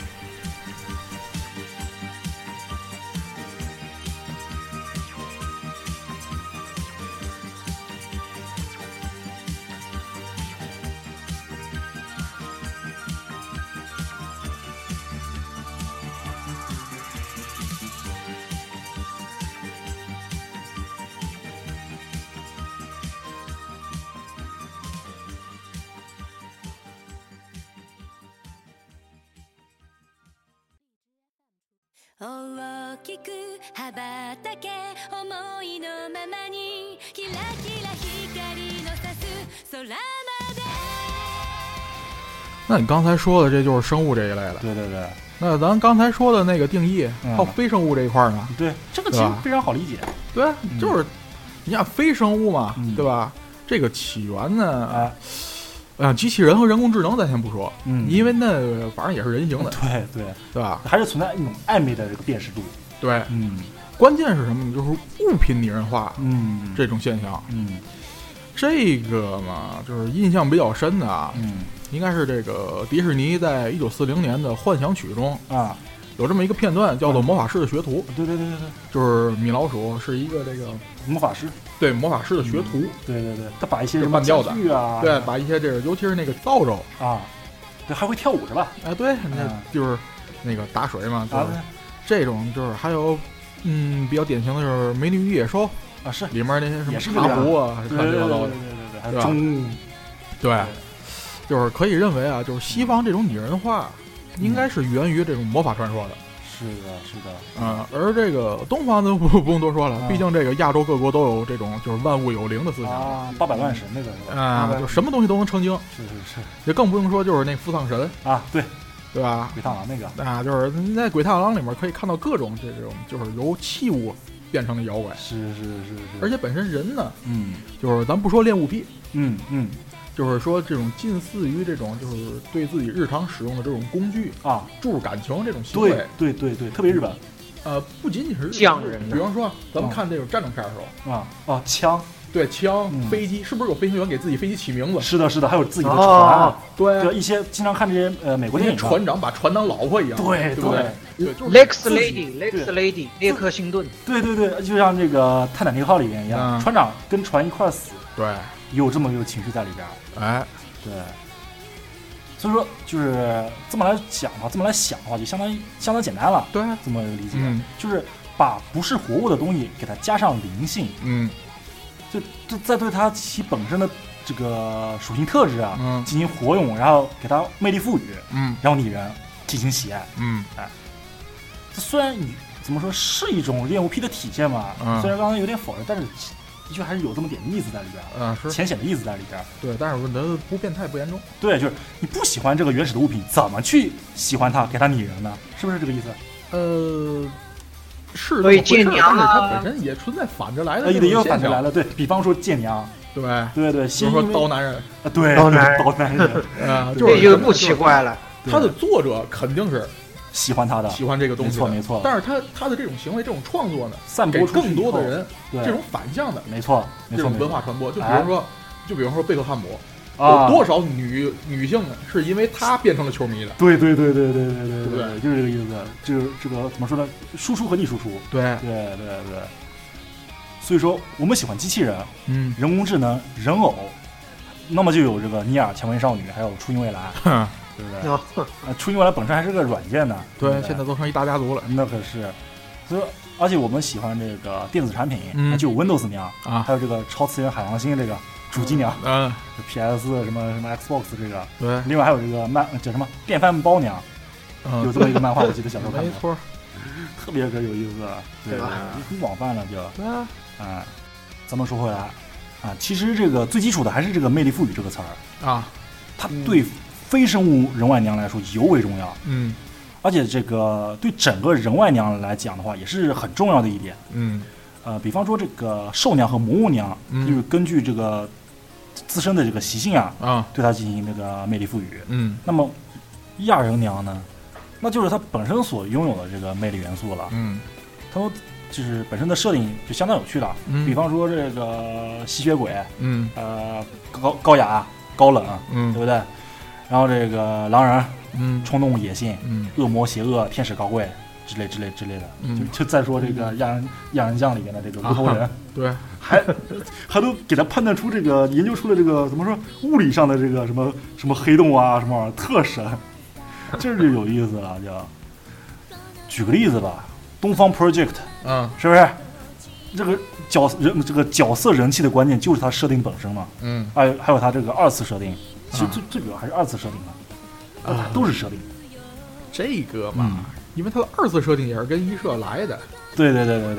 [SPEAKER 4] 大きく羽ばたけ思いのままにキラキラ光の差す空まで。
[SPEAKER 2] 那你刚才说的这就是生物这一类的。
[SPEAKER 1] 对。
[SPEAKER 2] 那咱刚才说的那个定义，还有非生物这一块呢？
[SPEAKER 1] 对，这个其实非常好理解。
[SPEAKER 2] 对，就是你看非生物嘛，对吧？这个起源呢，机器人和人工智能咱先不说，因为那反正也是人形的，对吧？
[SPEAKER 1] 还是存在一种暧昧的这个辨识度。
[SPEAKER 2] 对，关键是什么呢？就是物品拟人化，这种现象，这个嘛，就是印象比较深的啊，应该是这个迪士尼在1940年的《幻想曲》中啊，有这么一个片段，叫做《魔法师的学徒》。
[SPEAKER 1] 对，
[SPEAKER 2] 就是米老鼠是一个这个
[SPEAKER 1] 魔法师，
[SPEAKER 2] 对，魔法师的学徒。
[SPEAKER 1] 对，他把一些
[SPEAKER 2] 慢调的
[SPEAKER 1] 啊，
[SPEAKER 2] 对，把一些这个，尤其是那个扫帚
[SPEAKER 1] 啊，对，还会跳舞是吧？
[SPEAKER 2] 哎，对，那就是那个打水嘛，就是这种，就是还有比较典型的就是《美女与野兽》
[SPEAKER 1] 啊，是
[SPEAKER 2] 里面那些什么茶壶啊，乱七八糟的，
[SPEAKER 1] 对，还有钟，
[SPEAKER 2] 对，就是可以认为啊，就是西方这种拟人化，应该是源于这种魔法传说的。
[SPEAKER 1] 是的，
[SPEAKER 2] 而这个东方就不用多说了，毕竟这个亚洲各国都有这种就是万物有灵的思想
[SPEAKER 1] 啊，800万神那个
[SPEAKER 2] 就什么东西都能成精。
[SPEAKER 1] 是，
[SPEAKER 2] 也更不用说就是那扶桑神
[SPEAKER 1] 啊，对
[SPEAKER 2] 吧？
[SPEAKER 1] 鬼太郎那个
[SPEAKER 2] 啊，就是在鬼太郎里面可以看到各种这种就是由器物变成的妖怪。
[SPEAKER 1] 是，
[SPEAKER 2] 而且本身人呢，就是咱不说恋物癖，就是说这种近似于这种就是对自己日常使用的这种工具啊注入感情这种行为。
[SPEAKER 1] 对，特别日本。
[SPEAKER 2] 不仅仅是
[SPEAKER 3] 匠人，
[SPEAKER 2] 比方说咱们看这种战争片的时
[SPEAKER 1] 候枪。
[SPEAKER 2] 对枪、飞机，是不是有飞行员给自己飞机起名字？
[SPEAKER 1] 是的，是的，还有自己的船。
[SPEAKER 2] 对，
[SPEAKER 1] 一些经常看这些美国电影，
[SPEAKER 2] 船长把船当老婆一样。
[SPEAKER 1] 对
[SPEAKER 2] 对对
[SPEAKER 3] ，Lex Lady，雷克星顿。
[SPEAKER 1] 对对对，就像这个泰坦尼克号里面一样，船长跟船一块死。
[SPEAKER 2] 对，
[SPEAKER 1] 有这么一个情绪在里边。
[SPEAKER 2] 哎，
[SPEAKER 1] 对。所以说，就是这么来讲的话，这么来想的话，就相当简单了。
[SPEAKER 2] 对，
[SPEAKER 1] 这么理解，就是把不是活物的东西给它加上灵性。就再对它其本身的这个属性特质进行活用，然后给它魅力赋予，然后拟人进行喜爱，这虽然你怎么说是一种恋物癖的体现嘛，虽然刚刚有点否认，但是的确还是有这么点意思在里边，
[SPEAKER 2] 是
[SPEAKER 1] 浅显的意思在里边。
[SPEAKER 2] 对，但是我觉得不变态不严重。
[SPEAKER 1] 对，就是你不喜欢这个原始的物品，怎么去喜欢它，给它拟人呢？是不是这个意思？
[SPEAKER 2] 是，
[SPEAKER 3] 所以剑娘
[SPEAKER 2] 它本身也存在反着来的，
[SPEAKER 1] 也有反着来的。对，比方说剑娘，对，先
[SPEAKER 2] 说刀男人，
[SPEAKER 1] 对，
[SPEAKER 3] 刀男
[SPEAKER 2] 人，
[SPEAKER 3] 这就不奇怪了。
[SPEAKER 2] 他的作者肯定是
[SPEAKER 1] 喜欢他的，
[SPEAKER 2] 喜欢这个东西，
[SPEAKER 1] 没错。
[SPEAKER 2] 但是他的这种行为、这种创作呢，
[SPEAKER 1] 散播
[SPEAKER 2] 给更多的人这种反向的，
[SPEAKER 1] 没错，
[SPEAKER 2] 这种文化传播。就比如说贝克汉姆。有多少女性是因为他变成了球迷的？
[SPEAKER 1] 对，就是这个意思。这个怎么说呢？输出和逆输出。对。所以说，我们喜欢机器人，人工智能、人偶，那么就有这个尼尔、蔷薇少女，还有初音未来，对不对？初音未来本身还是个软件呢。
[SPEAKER 2] 对，现在都成一大家族了。
[SPEAKER 1] 那可是。所以，而且我们喜欢这个电子产品，就有 Windows 娘还有这个超次元海王星这个。主机娘，PS 什么 Xbox 这个，
[SPEAKER 2] 对，
[SPEAKER 1] 另外还有这个叫什么电饭煲娘，有这么一个漫画，我记得小时候看过，
[SPEAKER 2] 没错，
[SPEAKER 1] 特别有意思，对吧？很广泛了就，
[SPEAKER 2] 对啊，
[SPEAKER 1] 咱们说回来其实这个最基础的还是这个魅力赋予这个词儿它对非生物人外娘来说尤为重要，而且这个对整个人外娘来讲的话也是很重要的一点，比方说这个兽娘和魔物娘，就是根据这个自身的这个习性对它进行这个魅力赋予。那么亚人娘呢，那就是它本身所拥有的这个魅力元素了。它们就是本身的设定就相当有趣了。比方说这个吸血鬼，高雅高冷，对不对？然后这个狼人，冲动野性，恶魔邪恶，天使高贵。之类的，就再说这个亚人酱里面的这个无头人，
[SPEAKER 2] 对，
[SPEAKER 1] 还都给他判断出这个研究出了这个怎么说物理上的这个什么黑洞啊什么玩意儿特神，这就有意思了。就举个例子吧，东方 Project，是不是？这个角色人气的关键就是它设定本身嘛，还有它这个二次设定，其实最主要还是二次设定嘛，都是设定，
[SPEAKER 2] 这个嘛。因为它的二次设定也是跟一社来的，
[SPEAKER 1] 对。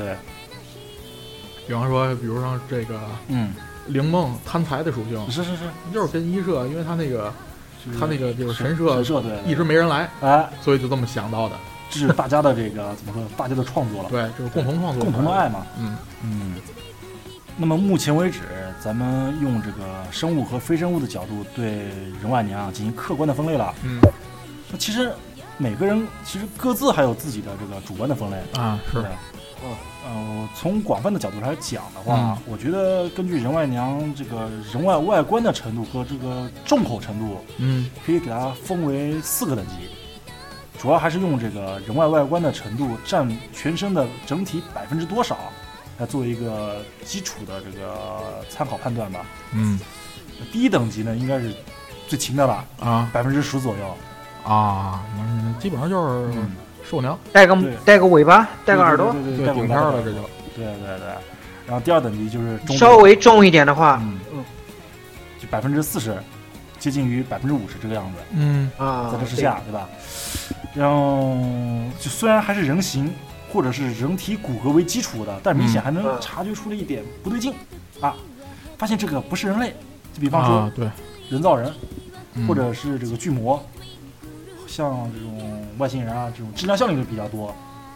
[SPEAKER 2] 比方说，比如像这个，灵梦贪财的属性，
[SPEAKER 1] 是，
[SPEAKER 2] 就是跟一社，因为他那个就是神社
[SPEAKER 1] 对，
[SPEAKER 2] 一直没人来，所以就这么想到的。
[SPEAKER 1] 这是大家的这个怎么说？大家的创作了，
[SPEAKER 2] 对，就是共同创作，
[SPEAKER 1] 共同的爱嘛。那么目前为止，咱们用这个生物和非生物的角度对人外娘进行客观的分类了。那其实。每个人其实各自还有自己的这个主观的分类
[SPEAKER 2] 是的。
[SPEAKER 1] 从广泛的角度来讲的话，我觉得根据人外娘这个人外外观的程度和这个重口程度，可以给它分为4个等级，主要还是用这个人外外观的程度占全身的整体多少来作为一个基础的这个参考判断吧。第1等级呢应该是最轻的了10%左右。
[SPEAKER 2] 基本上就是兽娘，
[SPEAKER 3] 带个尾巴，带个耳朵，
[SPEAKER 2] 对，顶天了这就，
[SPEAKER 1] 对。然后第2等级就是
[SPEAKER 3] 稍微重一点的话，
[SPEAKER 1] 就40%，接近于50%这个样子。在这之下，对吧？然后就虽然还是人形或者是人体骨骼为基础的，但明显还能察觉出了一点不对劲发现这个不是人类，就比方说
[SPEAKER 2] 对
[SPEAKER 1] 人造人，或者是这个巨魔。像这种外星人这种质量效应就比较多。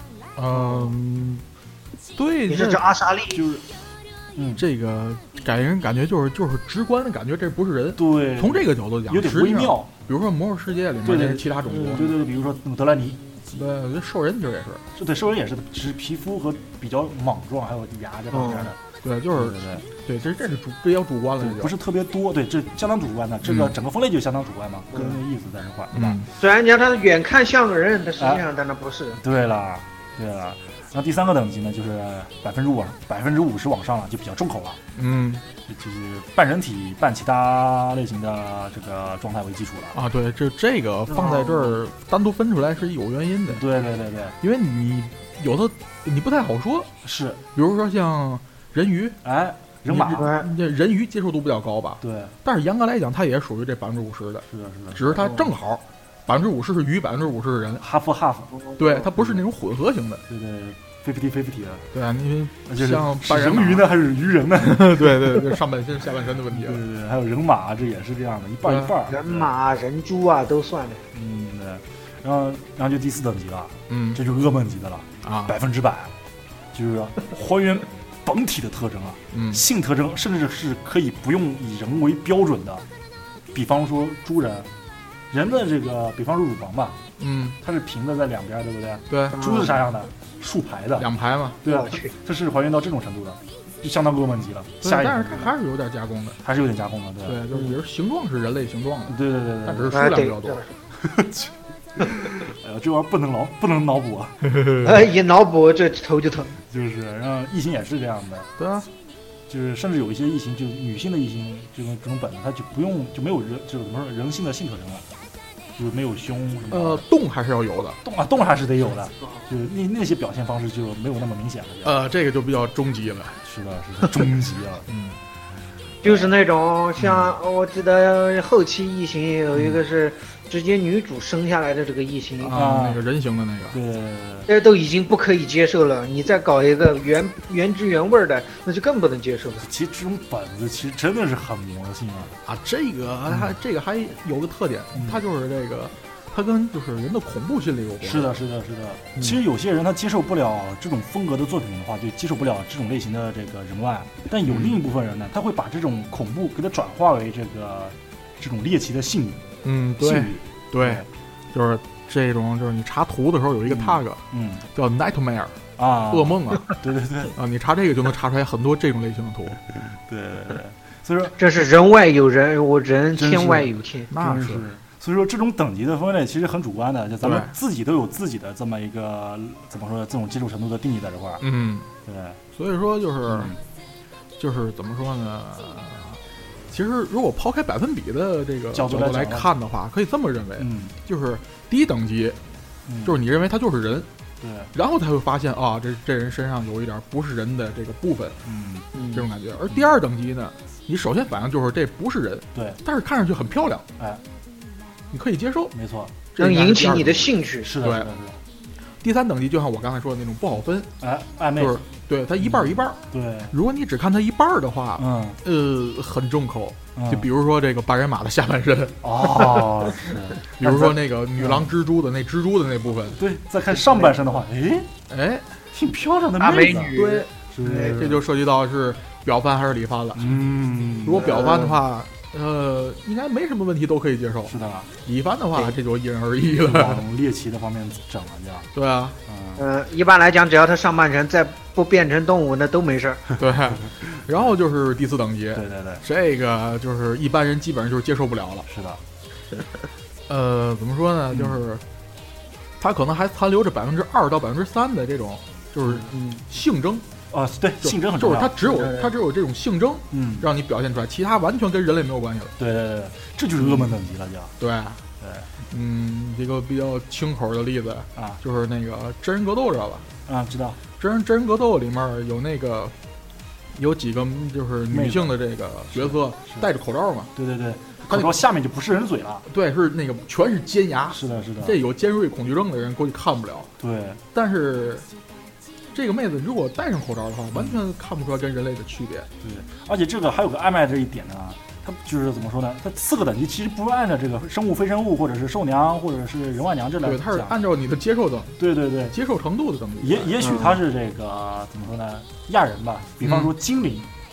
[SPEAKER 2] 对，
[SPEAKER 3] 你是指阿莎莉？
[SPEAKER 1] 就是，
[SPEAKER 2] 这个给人感觉就是直观的感觉，这不是人。
[SPEAKER 1] 对，
[SPEAKER 2] 从这个角度讲，
[SPEAKER 1] 有点微妙。
[SPEAKER 2] 比如说《魔兽世界》里面这是其他种族，
[SPEAKER 1] 对，比如说德兰尼，
[SPEAKER 2] 对，兽人其实也是，
[SPEAKER 1] 对，兽人也是，只是皮肤和比较莽撞，还有牙这方面的。
[SPEAKER 2] 对，就是对，这是比较主观了，
[SPEAKER 1] 不是特别多，对，这相当主观的，这个整个分类就相当主观嘛，个人的意思在这块，对吧？
[SPEAKER 3] 虽然讲他远看像个人，但实际上当然不是。
[SPEAKER 1] 对了。然后第3个等级呢，就是50%往上了，就比较重口了。就是半人体半其他类型的这个状态为基础了。
[SPEAKER 2] 啊，对，这个放在这儿单独分出来是有原因的。
[SPEAKER 1] 对，
[SPEAKER 2] 因为你有的你不太好说。
[SPEAKER 1] 是，
[SPEAKER 2] 比如说像人鱼，
[SPEAKER 1] 人马，
[SPEAKER 2] 人鱼接受度比较高吧？
[SPEAKER 1] 对。
[SPEAKER 2] 但是严格来讲，它也属于这50%的。
[SPEAKER 1] 是的。
[SPEAKER 2] 只是它正好50%是鱼，50%是人
[SPEAKER 1] ，half。
[SPEAKER 2] 对，它不是那种混合型的。
[SPEAKER 1] 对，50-50的。
[SPEAKER 2] 对啊，因为像
[SPEAKER 1] 人鱼呢还是鱼人呢？
[SPEAKER 2] 对，上半身下半身的问题。
[SPEAKER 1] 对，还有人马，这也是这样的，一半一半。
[SPEAKER 3] 人马、人猪啊都算的。
[SPEAKER 1] 对。然后就第4等级了。这就噩梦级的了啊，100%，就是还原本体的特征啊，性特征，甚至是可以不用以人为标准的，比方说猪人的这个，比方说乳房吧，它是平的在两边，对不对？
[SPEAKER 2] 对。
[SPEAKER 1] 猪是啥样的？竖排的
[SPEAKER 2] ，2排嘛。
[SPEAKER 1] 对啊，这是还原到这种程度的，就相当噩梦级了。
[SPEAKER 2] 但是它还是有点加工的，对，就是比如形状是人类形状的，
[SPEAKER 1] 对，
[SPEAKER 2] 但只是数量比较多。
[SPEAKER 1] 哎呀，这玩意儿不能脑补啊！
[SPEAKER 3] 一脑补这头就疼。
[SPEAKER 1] 就是，然后异形也是这样的。
[SPEAKER 2] 对啊。
[SPEAKER 1] 就是甚至有一些异形，就女性的异形，这种本能，它就没有就是怎么说人性的性特征了，就是没有胸什么。
[SPEAKER 2] 动还是要有的，
[SPEAKER 1] 动还是得有的，就是那些表现方式就没有那么明显了。
[SPEAKER 2] 这个就比较终极了。
[SPEAKER 1] 是的，终极啊。
[SPEAKER 3] 就是那种像我记得后期异形有一个是直接女主生下来的这个异形
[SPEAKER 2] 啊，那个人形的那个，
[SPEAKER 1] 对，
[SPEAKER 3] 这都已经不可以接受了。你再搞一个原汁原味的，那就更不能接受了。
[SPEAKER 1] 其实这种本子其实真的是很魔性
[SPEAKER 2] 啊！这个还有个特点，它就是这个。它跟就是人的恐怖心理有关。
[SPEAKER 1] 是的。其实有些人他接受不了这种风格的作品的话，就接受不了这种类型的这个人物案。但有另一部分人呢，他会把这种恐怖给它转化为这种猎奇的性欲。
[SPEAKER 2] 对，就是这种，就是你查图的时候有一个 tag，叫 nightmare
[SPEAKER 1] 啊，
[SPEAKER 2] 噩梦啊。
[SPEAKER 1] 对
[SPEAKER 2] 啊，你查这个就能查出来很多这种类型的图。
[SPEAKER 1] 对，所以说
[SPEAKER 3] 这是人外有人，我人天外有天，
[SPEAKER 2] 那是。
[SPEAKER 1] 所以说这种等级的分类其实很主观的，就咱们自己都有自己的这么一个怎么说这种接受程度的定义在这块儿。对。
[SPEAKER 2] 所以说就是怎么说呢？其实如果抛开百分比的这个角度来看的话，可以这么认为，就是第一等级，就是你认为他就是人，
[SPEAKER 1] 对，
[SPEAKER 2] 然后才会发现啊，这人身上有一点不是人的这个部分，这种感觉。而第二等级呢，你首先反应就是这不是人，
[SPEAKER 1] 对，
[SPEAKER 2] 但是看上去很漂亮，你可以接受，
[SPEAKER 1] 没错，
[SPEAKER 3] 能引起你的兴趣。
[SPEAKER 1] 是的，
[SPEAKER 2] 对。第3等级就像我刚才说的那种不好分，
[SPEAKER 1] 暧昧，
[SPEAKER 2] 就是对它一半一半。
[SPEAKER 1] 对，
[SPEAKER 2] 如果你只看它一半的话，很重口。就比如说这个半人马的下半身，
[SPEAKER 1] 是。
[SPEAKER 2] 比如说那个女郎蜘蛛的那蜘蛛的那部分，
[SPEAKER 1] 对。再看上半身的话，挺漂亮的
[SPEAKER 3] 美女，
[SPEAKER 2] 对，这就涉及到是表翻还是里翻了。如果表翻的话。应该没什么问题，都可以接受。
[SPEAKER 1] 是的，
[SPEAKER 2] 里翻的话，这就因人而异了。
[SPEAKER 1] 往猎奇的方面整了，这样。
[SPEAKER 2] 对啊，
[SPEAKER 3] 一般来讲，只要他上半身再不变成动物，那都没事儿。
[SPEAKER 2] 对，然后就是第4等级。
[SPEAKER 1] 对，
[SPEAKER 2] 这个就是一般人基本上就是接受不了了。
[SPEAKER 1] 是
[SPEAKER 2] 的。怎么说呢？就是他可能还残留着2%到3%的这种，就是性征。
[SPEAKER 1] 对，性征很重要，
[SPEAKER 2] 就是它只有这种性征，让你表现出来，其他完全跟人类没有关系了。
[SPEAKER 1] 对，这就是噩梦等级了，就。
[SPEAKER 2] 对，一个比较清口的例子啊，就是那个真人格斗，知道吧？
[SPEAKER 1] 啊，知道。
[SPEAKER 2] 真人格斗里面有几个就是女性的这个角色戴着口罩嘛？
[SPEAKER 1] 对，口罩下面就不是人嘴了。
[SPEAKER 2] 对，是那个全是尖牙。
[SPEAKER 1] 是的。
[SPEAKER 2] 这有尖锐恐惧症的人估计看不了。
[SPEAKER 1] 对，
[SPEAKER 2] 但是。这个妹子如果戴上口罩的话，完全看不出来跟人类的区别。
[SPEAKER 1] 对，而且这个还有个暧昧这一点呢，它就是怎么说呢？它4个等级其实不是按照这个生物、非生物，或者是兽娘，或者是人外娘这来讲。
[SPEAKER 2] 对，它是按照你的接受等。对，
[SPEAKER 1] 接
[SPEAKER 2] 受程度的等级。
[SPEAKER 1] 也许它是这个怎么说呢？亚人吧，比方说精灵，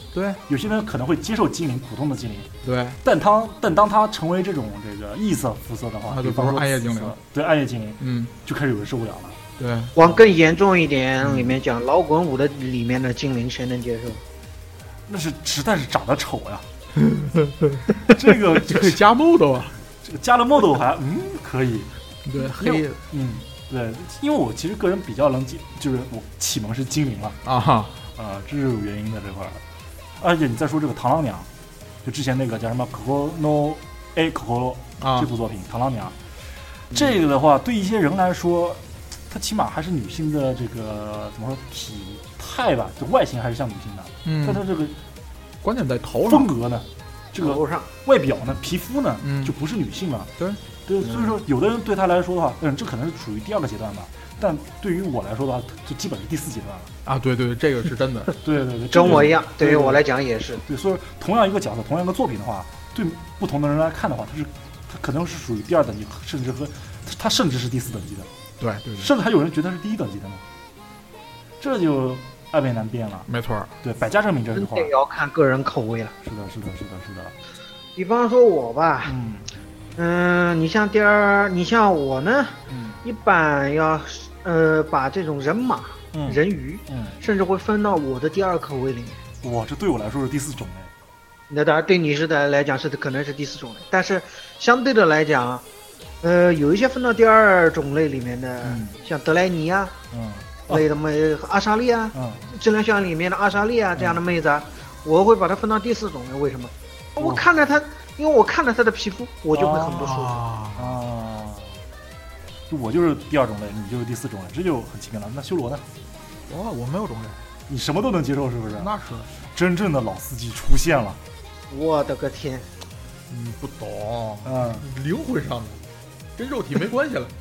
[SPEAKER 2] 对，
[SPEAKER 1] 有些人可能会接受精灵，普通的精灵。
[SPEAKER 2] 对，
[SPEAKER 1] 但当他成为这种这个异色肤色的话，
[SPEAKER 2] 就比如说暗夜精灵，
[SPEAKER 1] 对暗夜精灵，就开始有人受不了了。
[SPEAKER 2] 对，
[SPEAKER 3] 往更严重一点里面讲，老滚舞的里面的精灵谁能接受？
[SPEAKER 1] 那是实在是长得丑呀。这个
[SPEAKER 2] 可以加 model 啊，
[SPEAKER 1] 这个加了 model 还可以。
[SPEAKER 2] 对，黑
[SPEAKER 1] 对，因为我其实个人比较能就是我启蒙是精灵了这是有原因的这块儿。而且你再说这个螳螂娘，就之前那个叫什么 Kokoro Kokoro 这部作品螳螂娘，这个的话对一些人来说，它起码还是女性的这个怎么说体态吧，就外形还是像女性的，但它这个
[SPEAKER 2] 关键在头上
[SPEAKER 1] 风格呢，这个外表呢，皮肤呢，就不是女性了。
[SPEAKER 2] 对，
[SPEAKER 1] 所以说有的人对他来说的话，这可能是属于第2个阶段吧。但对于我来说的话，就基本是第4阶段了
[SPEAKER 2] 啊！对，这个是真的。
[SPEAKER 1] 对，
[SPEAKER 3] 跟我一样，对于我来讲也是。
[SPEAKER 1] 对，所以同样一个角色，同样一个作品的话，对不同的人来看的话，它可能是属于第2等级，甚至是第4等级的。
[SPEAKER 2] 对，
[SPEAKER 1] 甚至还有人觉得是第1等级的呢。这就暧昧难辨了。
[SPEAKER 2] 没错。对，
[SPEAKER 1] 百家争鸣这句话。
[SPEAKER 3] 这也要看个人口味了。
[SPEAKER 1] 是的。
[SPEAKER 3] 比方说我吧，你像我呢，一般要把这种人马、人鱼，甚至会分到我的第2口味里面。
[SPEAKER 1] 哇，这对我来说是第4种类。
[SPEAKER 3] 那当然，对你来讲是可能是第4种类，但是相对的来讲，有一些分到第2种类里面的，像德莱尼啊，类的妹阿莎莉啊，质量效应里面的阿莎莉啊这样的妹子啊，我会把它分到第4种类。为什么？我看着她，因为我看了她的皮肤，我就会很不舒服。
[SPEAKER 1] 我就是第2种类，你就是第4种类，这就很奇妙了。那修罗呢？
[SPEAKER 2] 我没有种类，
[SPEAKER 1] 你什么都能接受，是不是？
[SPEAKER 2] 那是
[SPEAKER 1] 真正的老司机出现了。
[SPEAKER 3] 我的个天！
[SPEAKER 2] 你不懂，灵魂上的，跟肉体没关系了。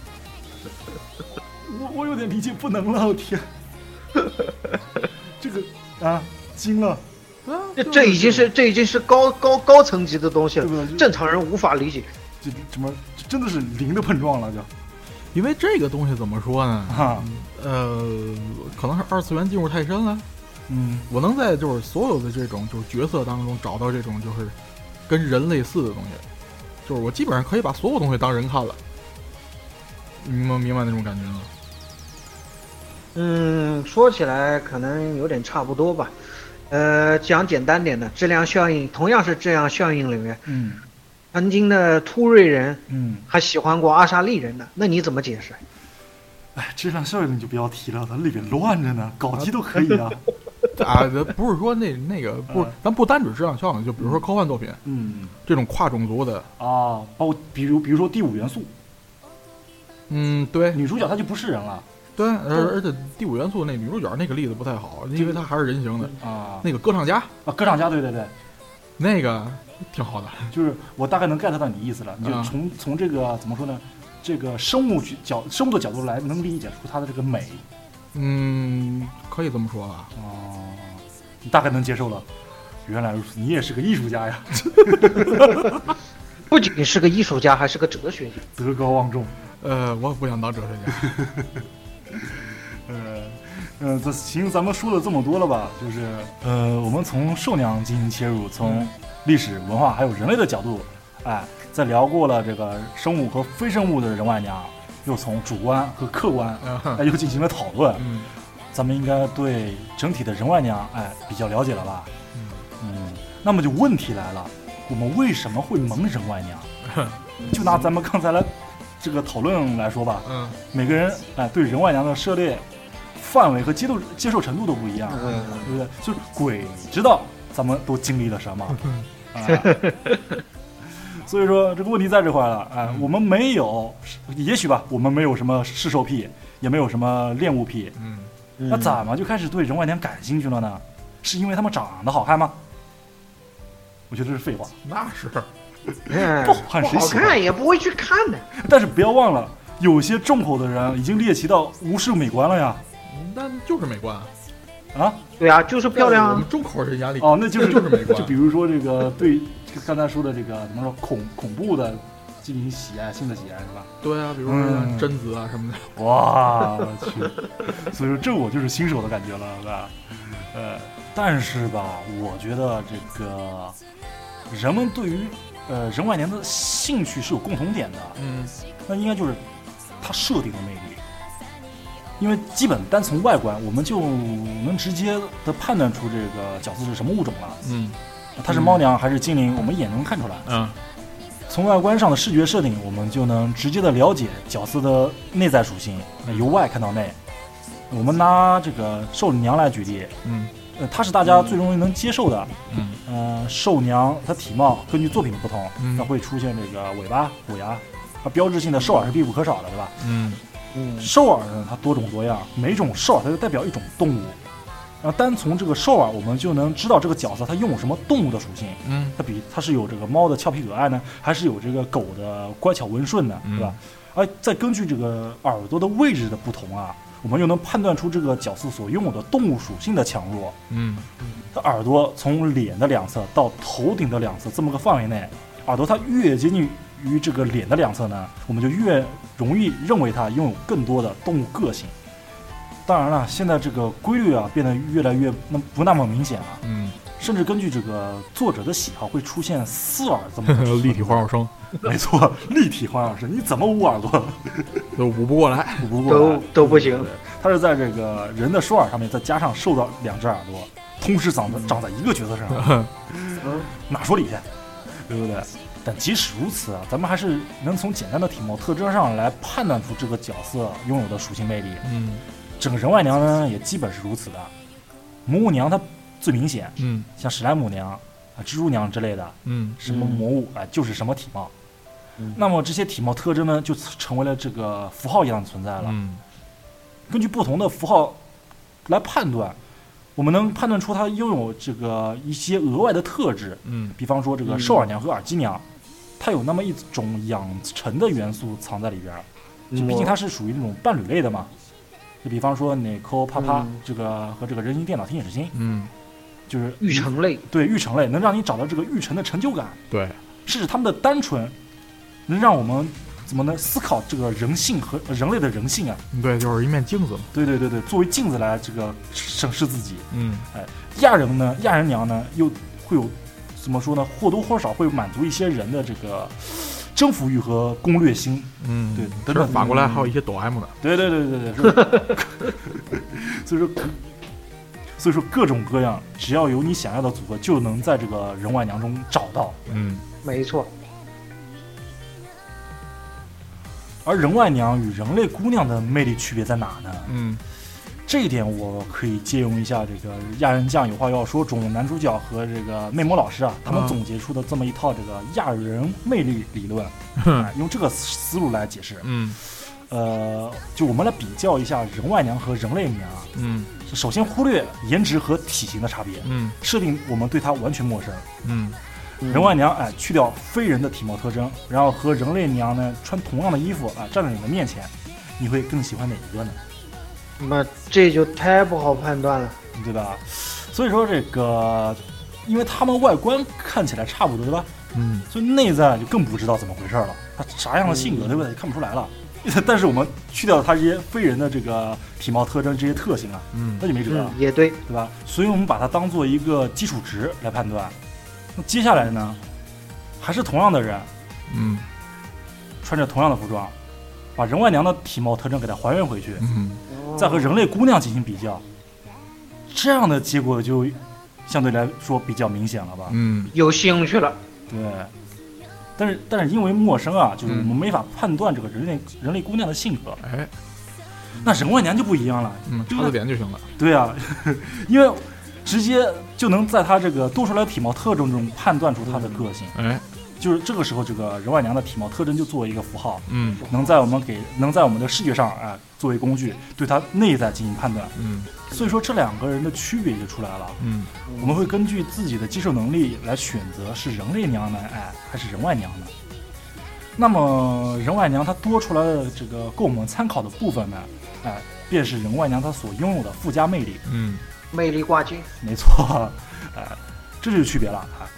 [SPEAKER 1] 我有点理解不能了，我天！这个惊了。
[SPEAKER 3] 这已经是高层级的东西了，正常人无法理解。
[SPEAKER 1] 这什么真的是灵的碰撞了，就
[SPEAKER 2] 因为这个东西怎么说呢？可能是2次元进入太深了。我能在就是所有的这种就是角色当中找到这种就是跟人类似的东西，就是我基本上可以把所有东西当人看了。明白那种感觉
[SPEAKER 3] 吗？说起来可能有点差不多吧。讲简单点的，质量效应同样是质量效应里面，曾经的突锐人，还喜欢过阿莎莉人呢，那你怎么解释？
[SPEAKER 1] 质量效应你就不要提了，它里边乱着呢，搞基都可以啊。
[SPEAKER 2] 不是说那个不是，咱不单指质量效应，就比如说科幻作品，这种跨种族的
[SPEAKER 1] 包括比如说第5元素，
[SPEAKER 2] 对，
[SPEAKER 1] 女主角她就不是人了。
[SPEAKER 2] 对，而且第5元素那女主角那个例子不太好，因为她还是人形的那个歌唱家
[SPEAKER 1] 歌唱家，对，
[SPEAKER 2] 那个挺好的。
[SPEAKER 1] 就是我大概能 get 到你意思了，你就从这个怎么说呢？这个生物的角度来能理解出它的这个美。
[SPEAKER 2] 可以这么说吧。
[SPEAKER 1] 你大概能接受了。原来如此，你也是个艺术家呀。
[SPEAKER 3] 不仅是个艺术家，还是个哲学家，
[SPEAKER 1] 德高望重。
[SPEAKER 2] 我不想当哲学
[SPEAKER 1] 家。行，咱们说了这么多了吧？就是我们从兽娘进行切入，从历史文化还有人类的角度，在聊过了这个生物和非生物的人外娘，又从主观和客观又进行了讨论。咱们应该对整体的人外娘比较了解了吧？那么就问题来了，我们为什么会萌人外娘？就拿咱们刚才来这个讨论来说吧，每个人对人外娘的涉猎范围和接受程度都不一样，对不对？就是鬼知道咱们都经历了什么。所以说这个问题在这块了，我们没有，也许吧，我们没有什么嗜兽癖，也没有什么恋物癖，那怎么就开始对人外娘感兴趣了呢？是因为他们长得好看吗？我觉得这是废话。
[SPEAKER 2] 那是，
[SPEAKER 1] 不好看谁喜欢？
[SPEAKER 3] 不好看也不会去看的。
[SPEAKER 1] 但是不要忘了，有些重口的人已经猎奇到无视美观了呀。
[SPEAKER 2] 那就是美观
[SPEAKER 3] 对啊，就是漂亮。
[SPEAKER 2] 我们重口人眼里
[SPEAKER 1] 那就是
[SPEAKER 2] 美观。
[SPEAKER 1] 就比如说这个对刚才说的这个怎么说恐怖的进行喜爱，新的喜爱是吧？
[SPEAKER 2] 对啊，比如说贞子啊什么的。
[SPEAKER 1] 哇，我去！所以说这我就是新手的感觉了，是吧？但是吧，我觉得这个人们对于人外年的兴趣是有共同点的，那应该就是它设定的魅力。因为基本单从外观，我们就能直接的判断出这个角色是什么物种了。它是猫娘还是精灵，我们也能看出来。从外观上的视觉设定，我们就能直接的了解角色的内在属性，由外看到内。我们拿这个兽娘来举例，它是大家最容易能接受的。兽娘它体貌根据作品的不同，它会出现这个尾巴、虎牙，它标志性的兽耳是必不可少的，对吧？兽耳呢，它多种多样，每种兽耳它就代表一种动物。然后单从这个兽耳，我们就能知道这个角色它拥有什么动物的属性。它是有这个猫的俏皮可爱呢，还是有这个狗的乖巧温顺呢，对吧？而再根据这个耳朵的位置的不同啊，我们又能判断出这个角色所拥有的动物属性的强弱。它耳朵从脸的两侧到头顶的两侧这么个范围内，耳朵它越接近于这个脸的两侧呢，我们就越容易认为它拥有更多的动物个性。当然了，现在这个规律啊变得越来越不那么明显了。甚至根据这个作者的喜好会出现四耳这么
[SPEAKER 2] 立体环绕声。
[SPEAKER 1] 没错，立体环绕声，你怎么捂耳朵
[SPEAKER 2] 都捂不过来，
[SPEAKER 3] 都不行。
[SPEAKER 1] 它是在这个人的兽耳上面再加上兽的两只耳朵，同时长在一个角色上。哪说理去，对不对？但即使如此啊，咱们还是能从简单的体貌特征上来判断出这个角色拥有的属性魅力。整个人外娘呢也基本是如此的。魔物娘它最明显，像史莱姆娘啊、蜘蛛娘之类的，什么魔物就是什么体貌。那么这些体貌特征呢就成为了这个符号一样的存在了。根据不同的符号来判断，我们能判断出它拥有这个一些额外的特质。比方说这个兽耳娘和耳机娘，它有那么一种养成的元素藏在里边，就毕竟它是属于那种伴侣类的嘛。就比方说你抠啪啪这个和这个人形电脑天使心，就是
[SPEAKER 3] 育成类，
[SPEAKER 1] 对，育成类能让你找到这个育成的成就感。
[SPEAKER 2] 对，
[SPEAKER 1] 是他们的单纯能让我们怎么呢思考这个人性和人类的人性啊。
[SPEAKER 2] 对，就是一面镜子嘛。
[SPEAKER 1] 对，作为镜子来这个审视自己。亚人娘呢又会有怎么说呢，或多或少会满足一些人的这个征服欲和攻略心。对，等等。
[SPEAKER 2] 反过来还有一些抖 M 的。
[SPEAKER 1] 对。所以说各种各样，只要有你想要的组合，就能在这个人外娘中找到。
[SPEAKER 3] 没错。
[SPEAKER 1] 而人外娘与人类姑娘的魅力区别在哪呢？这一点我可以借用一下这个亚人酱有话要说中男主角和这个魅魔老师啊，他们总结出的这么一套这个亚人魅力理论，用这个思路来解释。就我们来比较一下人外娘和人类娘。首先忽略颜值和体型的差别。设定我们对它完全陌生。人外娘去掉非人的体貌特征，然后和人类娘呢穿同样的衣服站在你的面前，你会更喜欢哪一个呢？
[SPEAKER 3] 那这就太不好判断了，
[SPEAKER 1] 对吧？所以说这个，因为他们外观看起来差不多，对吧？所以内在就更不知道怎么回事了。他啥样的性格，对不对？看不出来了。但是我们去掉他这些非人的这个体貌特征这些特性啊，那就没辙了。
[SPEAKER 3] 也对，
[SPEAKER 1] 对吧？所以我们把它当做一个基础值来判断。那接下来呢，还是同样的人，穿着同样的服装，把人外娘的体貌特征给它还原回去，再和人类姑娘进行比较，这样的结果就相对来说比较明显了吧？
[SPEAKER 3] 有兴趣了。
[SPEAKER 1] 对，但是因为陌生啊，就是我们没法判断这个人类姑娘的性格。那人外娘就不一样了，
[SPEAKER 2] 查个点就行了。
[SPEAKER 1] 对啊，因为直接就能在她这个多出来的体貌特征中判断出她的个性。就是这个时候，这个人外娘的体貌特征就作为一个符号，能在我们的视觉上作为工具，对它内在进行判断。所以说这两个人的区别就出来了。我们会根据自己的接受能力来选择是人类娘呢，还是人外娘呢？那么人外娘它多出来的这个供我们参考的部分呢，便是人外娘它所拥有的附加魅力。
[SPEAKER 3] 魅力挂镜。
[SPEAKER 1] 没错，这就是区别了。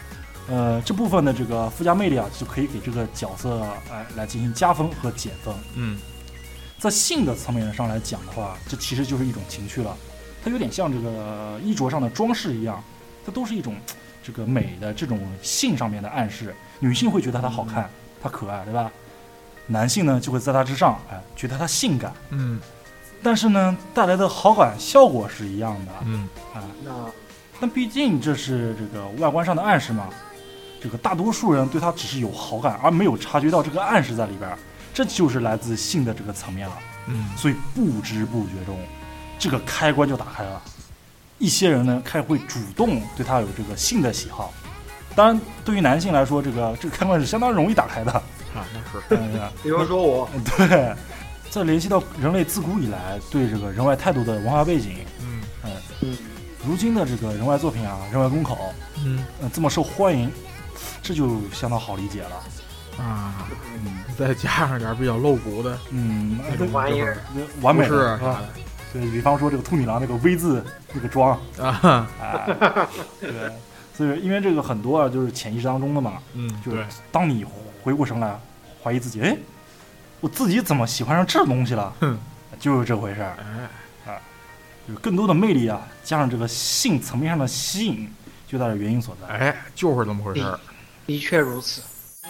[SPEAKER 1] 这部分的这个附加魅力啊，就可以给这个角色来进行加分和减分。在性的层面上来讲的话，这其实就是一种情趣了，它有点像这个衣着上的装饰一样，它都是一种这个美的这种性上面的暗示。女性会觉得它好看，它可爱，对吧？男性呢就会在它之上，觉得它性感。但是呢，带来的好感效果是一样的。但毕竟这是这个外观上的暗示嘛，这个大多数人对它只是有好感，而没有察觉到这个暗示在里边，这就是来自性的这个层面了。所以不知不觉中，这个开关就打开了。一些人呢，开始会主动对它有这个性的喜好。当然，对于男性来说，这个开关是相当容易打开的。
[SPEAKER 2] 那是。
[SPEAKER 3] 比方说我。
[SPEAKER 1] 对，在联系到人类自古以来对这个人外态度的文化背景，如今的这个人外作品啊，人外公口，这么受欢迎，这就相当好理解了。
[SPEAKER 2] 再加上点比较露骨的，
[SPEAKER 3] 那种玩意儿，
[SPEAKER 1] 完美
[SPEAKER 2] 是啊。
[SPEAKER 1] 对，比方说这个兔女郎那个 V 字那个妆对，所以因为这个很多啊，就是潜意识当中的嘛，就是当你回过神来，怀疑自己，我自己怎么喜欢上这东西了？就是这回事儿，就是更多的魅力啊，加上这个性层面上的吸引，就它的原因所在。
[SPEAKER 2] 就是这么回事儿。
[SPEAKER 3] 的确如此。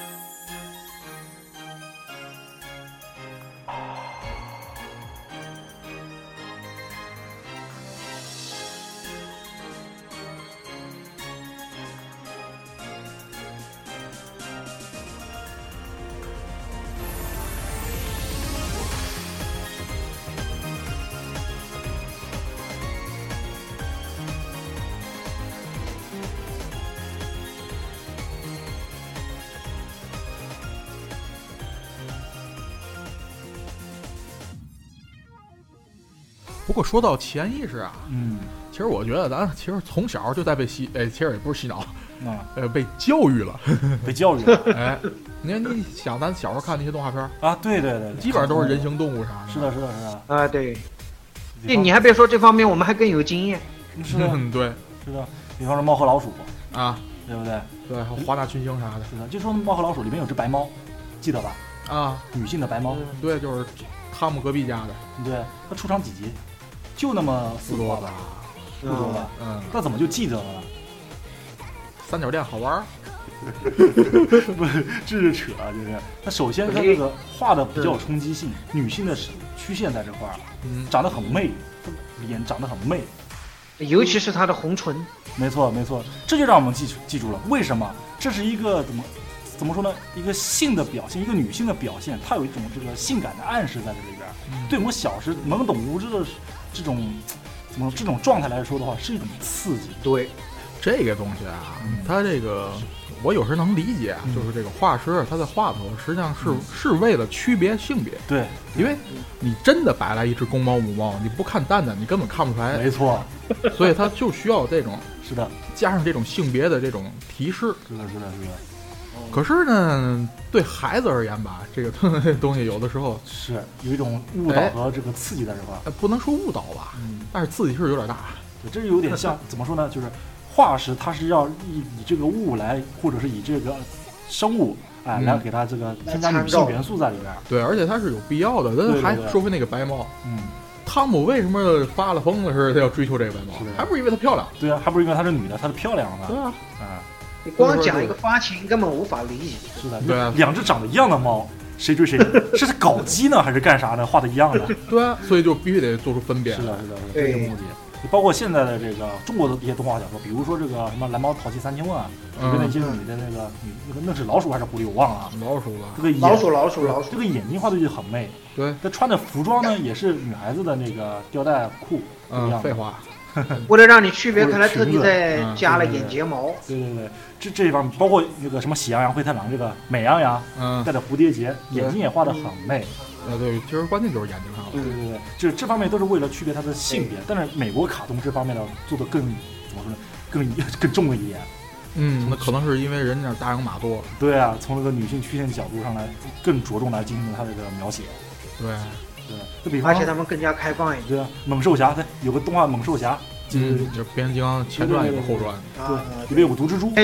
[SPEAKER 2] 不过说到潜意识啊，其实我觉得咱其实从小就在被其实也不是洗脑，被教育了，
[SPEAKER 1] 被教育了。
[SPEAKER 2] 你想咱小时候看那些动画片
[SPEAKER 1] 啊，对，
[SPEAKER 2] 基本上都是人形动物啥的。
[SPEAKER 1] 是的。
[SPEAKER 3] 对，你还别说这方面，我们还更有经验。
[SPEAKER 1] 是的，
[SPEAKER 2] 对，
[SPEAKER 1] 是的。比方说猫和老鼠
[SPEAKER 2] 啊，
[SPEAKER 1] 对不对？
[SPEAKER 2] 对，华纳群星啥的。
[SPEAKER 1] 是的，就说猫和老鼠里面有只白猫，记得吧？女性的白猫。
[SPEAKER 2] 对，就是汤姆隔壁家的。
[SPEAKER 1] 对，它出场几集？就那么4多吧，不多吧？那怎么就记得了呢？
[SPEAKER 2] 三角恋好玩？
[SPEAKER 1] 不是，这是扯啊！就是它首先它这个画的比较有冲击性，女性的曲线在这块儿，长得很媚，脸长得很媚，
[SPEAKER 3] 尤其是她的红唇。
[SPEAKER 1] 没错，这就让我们记住了，为什么这是一个怎么说呢？一个性的表现，一个女性的表现，它有一种这个性感的暗示在这里边。对我们小时懵懂无知的这种状态来说的话，是一种刺激。
[SPEAKER 3] 对，
[SPEAKER 2] 这个东西啊，它这个我有时能理解，就是这个画师他在画头实际上是为了区别性别。
[SPEAKER 1] 对，
[SPEAKER 2] 因为你真的摆来一只公猫母猫，你不看蛋蛋，你根本看不出来。
[SPEAKER 1] 没错，
[SPEAKER 2] 所以它就需要这种
[SPEAKER 1] 是的，
[SPEAKER 2] 加上这种性别的这种提示。
[SPEAKER 1] 是的。
[SPEAKER 2] 可是呢，对孩子而言吧，这个东西有的时候
[SPEAKER 1] 是有一种误导和这个刺激在这块儿。
[SPEAKER 2] 不能说误导吧，但是刺激是有点大。
[SPEAKER 1] 这有点像怎么说呢？就是画师他是要以这个物来，或者是以这个生物来给他这个添加女性元素在里边。
[SPEAKER 2] 对，而且它是有必要的。咱还说回那个白猫，汤姆为什么发了疯了似的要追求这个白猫？还不是因为她漂亮？
[SPEAKER 1] 对啊，还不是因为她是女的，她是漂亮的。
[SPEAKER 2] 对啊，
[SPEAKER 3] 你光讲一个发情根本无法理解。
[SPEAKER 1] 是的，
[SPEAKER 2] 对啊，
[SPEAKER 1] 两只长得一样的猫，谁追谁？是搞基呢，还是干啥呢？画的一样的。
[SPEAKER 2] 对啊，所以就必须得做出分辨。
[SPEAKER 1] 是的，这个目的。包括现在的这个中国的一些动画小说，比如说这个什么《蓝猫淘气3000万》，里面那些女的那是老鼠还是狐狸，我忘了。
[SPEAKER 2] 老鼠吧。
[SPEAKER 1] 这个
[SPEAKER 3] 老鼠。
[SPEAKER 1] 这个眼睛画的就很媚。
[SPEAKER 2] 对。
[SPEAKER 1] 她穿的服装呢，也是女孩子的那个吊带裤。
[SPEAKER 2] 废话。
[SPEAKER 3] 为了让你区别开来，特地再加了眼睫毛。
[SPEAKER 1] 对，这一方面包括那个什么喜羊羊、灰太狼，这个美羊羊，戴着蝴蝶结，眼睛也画得很媚。
[SPEAKER 2] 对，其实关键就是眼睛上了。
[SPEAKER 1] 对，这方面都是为了区别它的性别。但是美国卡通这方面呢，做得更怎么说呢？更重了一点。
[SPEAKER 2] 那可能是因为人家大洋马多。
[SPEAKER 1] 对啊，从这个女性曲线角度上来，更着重来进行它这个描写。
[SPEAKER 2] 对，
[SPEAKER 1] 就比方，
[SPEAKER 3] 而且他们更加开放一点。
[SPEAKER 1] 对啊，猛兽侠，有个动画猛兽侠，
[SPEAKER 2] 就变形金刚前传有个后传，
[SPEAKER 1] 对，里面有个毒蜘蛛。
[SPEAKER 3] 前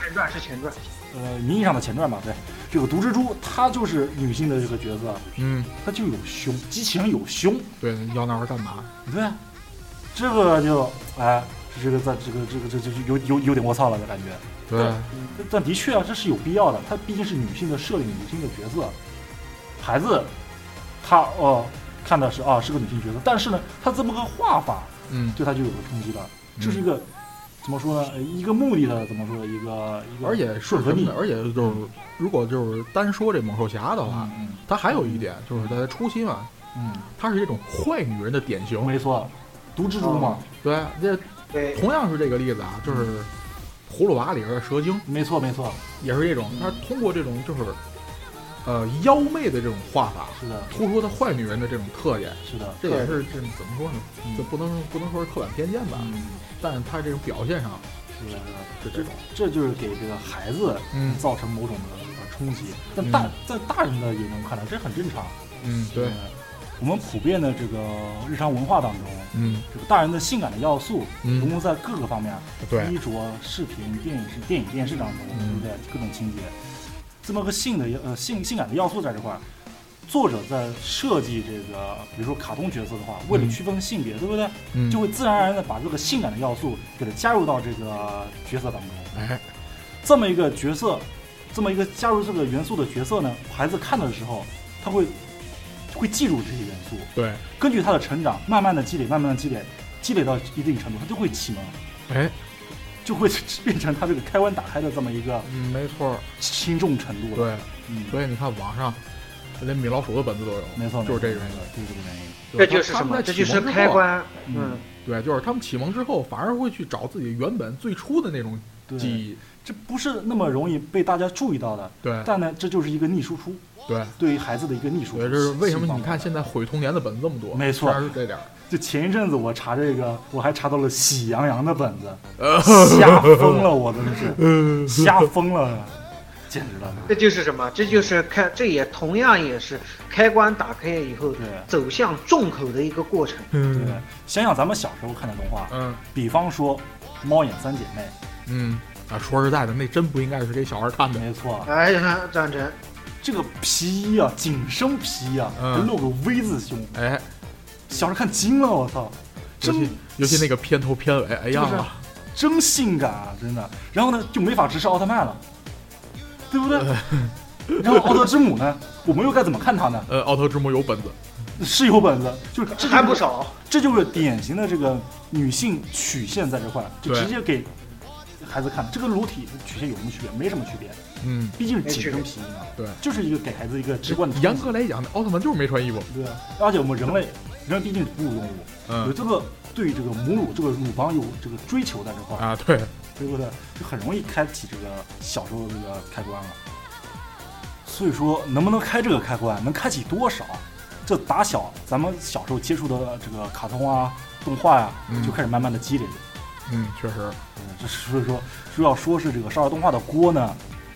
[SPEAKER 3] 前传是前传，
[SPEAKER 1] 名义上的前传吧，对。这个毒蜘蛛她就是女性的这个角色，她就有胸，机器人有胸，
[SPEAKER 2] 对，要那玩意儿干嘛？
[SPEAKER 1] 对，这个就这个有点臊操了的感觉。
[SPEAKER 2] 对，
[SPEAKER 1] 但的确啊，这是有必要的。它毕竟是女性的设定，女性的角色，孩子，他看的是是个女性角色，但是呢，他这么个画法，对他就有个冲击了。这是一个怎么说呢？一个目的的怎么说？一个，
[SPEAKER 2] 而且是什么呢？而且就是如果就是单说这猛兽侠的话，它还有一点就是在初期嘛，它是这种坏女人的典型。
[SPEAKER 1] 没错，毒蜘蛛嘛，
[SPEAKER 2] 对，这同样是这个例子啊，就是葫芦娃里边的蛇精，
[SPEAKER 1] 没错，
[SPEAKER 2] 也是这种，它通过这种就是妖媚的这种画法，
[SPEAKER 1] 是的，
[SPEAKER 2] 突出她坏女人的这种特点，
[SPEAKER 1] 是的，
[SPEAKER 2] 这也是这怎么说呢？就不能说是刻板偏见吧，但是它这种表现上是这种，
[SPEAKER 1] 这就是给这个孩子造成某种的冲击，但在大人的眼中看来，这很正常。
[SPEAKER 2] 对。
[SPEAKER 1] 我们普遍的这个日常文化当中，这个大人的性感的要素融入在各个方面，衣着、视频、电影、电视当中，对不对？各种情节，这么个性感的要素在这块，作者在设计这个，比如说卡通角色的话，为了区分性别，对不对？就会自然而然的把这个性感的要素给它加入到这个角色当中。这么一个角色，这么一个加入这个元素的角色呢，孩子看的时候，他会记住这些元素，
[SPEAKER 2] 对，
[SPEAKER 1] 根据他的成长，慢慢的积累到一定程度，他就会启蒙，就会变成他这个开关打开的这么一个，
[SPEAKER 2] 没错，
[SPEAKER 1] 轻重程度。
[SPEAKER 2] 对，所以你看网上连米老鼠的本子都有，
[SPEAKER 1] 没错，
[SPEAKER 2] 就是这个原因，
[SPEAKER 1] 就是这个原因。
[SPEAKER 3] 这就是什么？这就是开关。
[SPEAKER 2] 对，就是他们启蒙之后，反而会去找自己原本最初的那种记忆，
[SPEAKER 1] 这不是那么容易被大家注意到的。
[SPEAKER 2] 对，
[SPEAKER 1] 但呢，这就是一个逆输出。对于孩子的一个逆输出。
[SPEAKER 2] 对，这是为什么你看现在毁童年的本子这么多？
[SPEAKER 1] 没错，
[SPEAKER 2] 是这点。
[SPEAKER 1] 就前一阵子我查这个，我还查到了喜羊羊的本子，瞎疯了，我真的是瞎疯了。简直了！
[SPEAKER 3] 这就是什么？这就是这也同样也是开关打开以后走向重口的一个过程。
[SPEAKER 1] 对，想想咱们小时候看的动画，比方说《猫眼三姐妹》，
[SPEAKER 2] 说实在的，那真不应该是给小孩看的。
[SPEAKER 1] 没错，
[SPEAKER 3] 赞成。
[SPEAKER 1] 这个皮衣啊，紧身皮衣啊，还露个 V 字胸，小时候看惊了，我操！
[SPEAKER 2] 尤其那个片头片尾，哎呀，
[SPEAKER 1] 真性感啊，真的。然后呢，就没法直视奥特曼了。对不对？然后奥特之母呢？我们又该怎么看他呢？
[SPEAKER 2] 奥特之母有本子，
[SPEAKER 1] 是有本子，就是这
[SPEAKER 3] 还不少。
[SPEAKER 1] 这就是典型的这个女性曲线在这块，就直接给孩子看。这跟裸体曲线有什么区别？没什么区别。毕竟是紧身皮嘛。
[SPEAKER 2] 对，
[SPEAKER 1] 就是一个给孩子一个直观的。
[SPEAKER 2] 严格来讲，奥特曼就是没穿衣服。
[SPEAKER 1] 对啊，而且我们人类毕竟是哺乳动物，有这个对这个母乳这个乳房有这个追求在这块
[SPEAKER 2] 啊，对。
[SPEAKER 1] 对不对？就很容易开启这个小时候的这个开关了。所以说，能不能开这个开关，能开启多少？这打小咱们小时候接触的这个卡通啊、动画呀，就开始慢慢的积累。
[SPEAKER 2] 确实。
[SPEAKER 1] 这所以说要说是这个少儿动画的锅呢，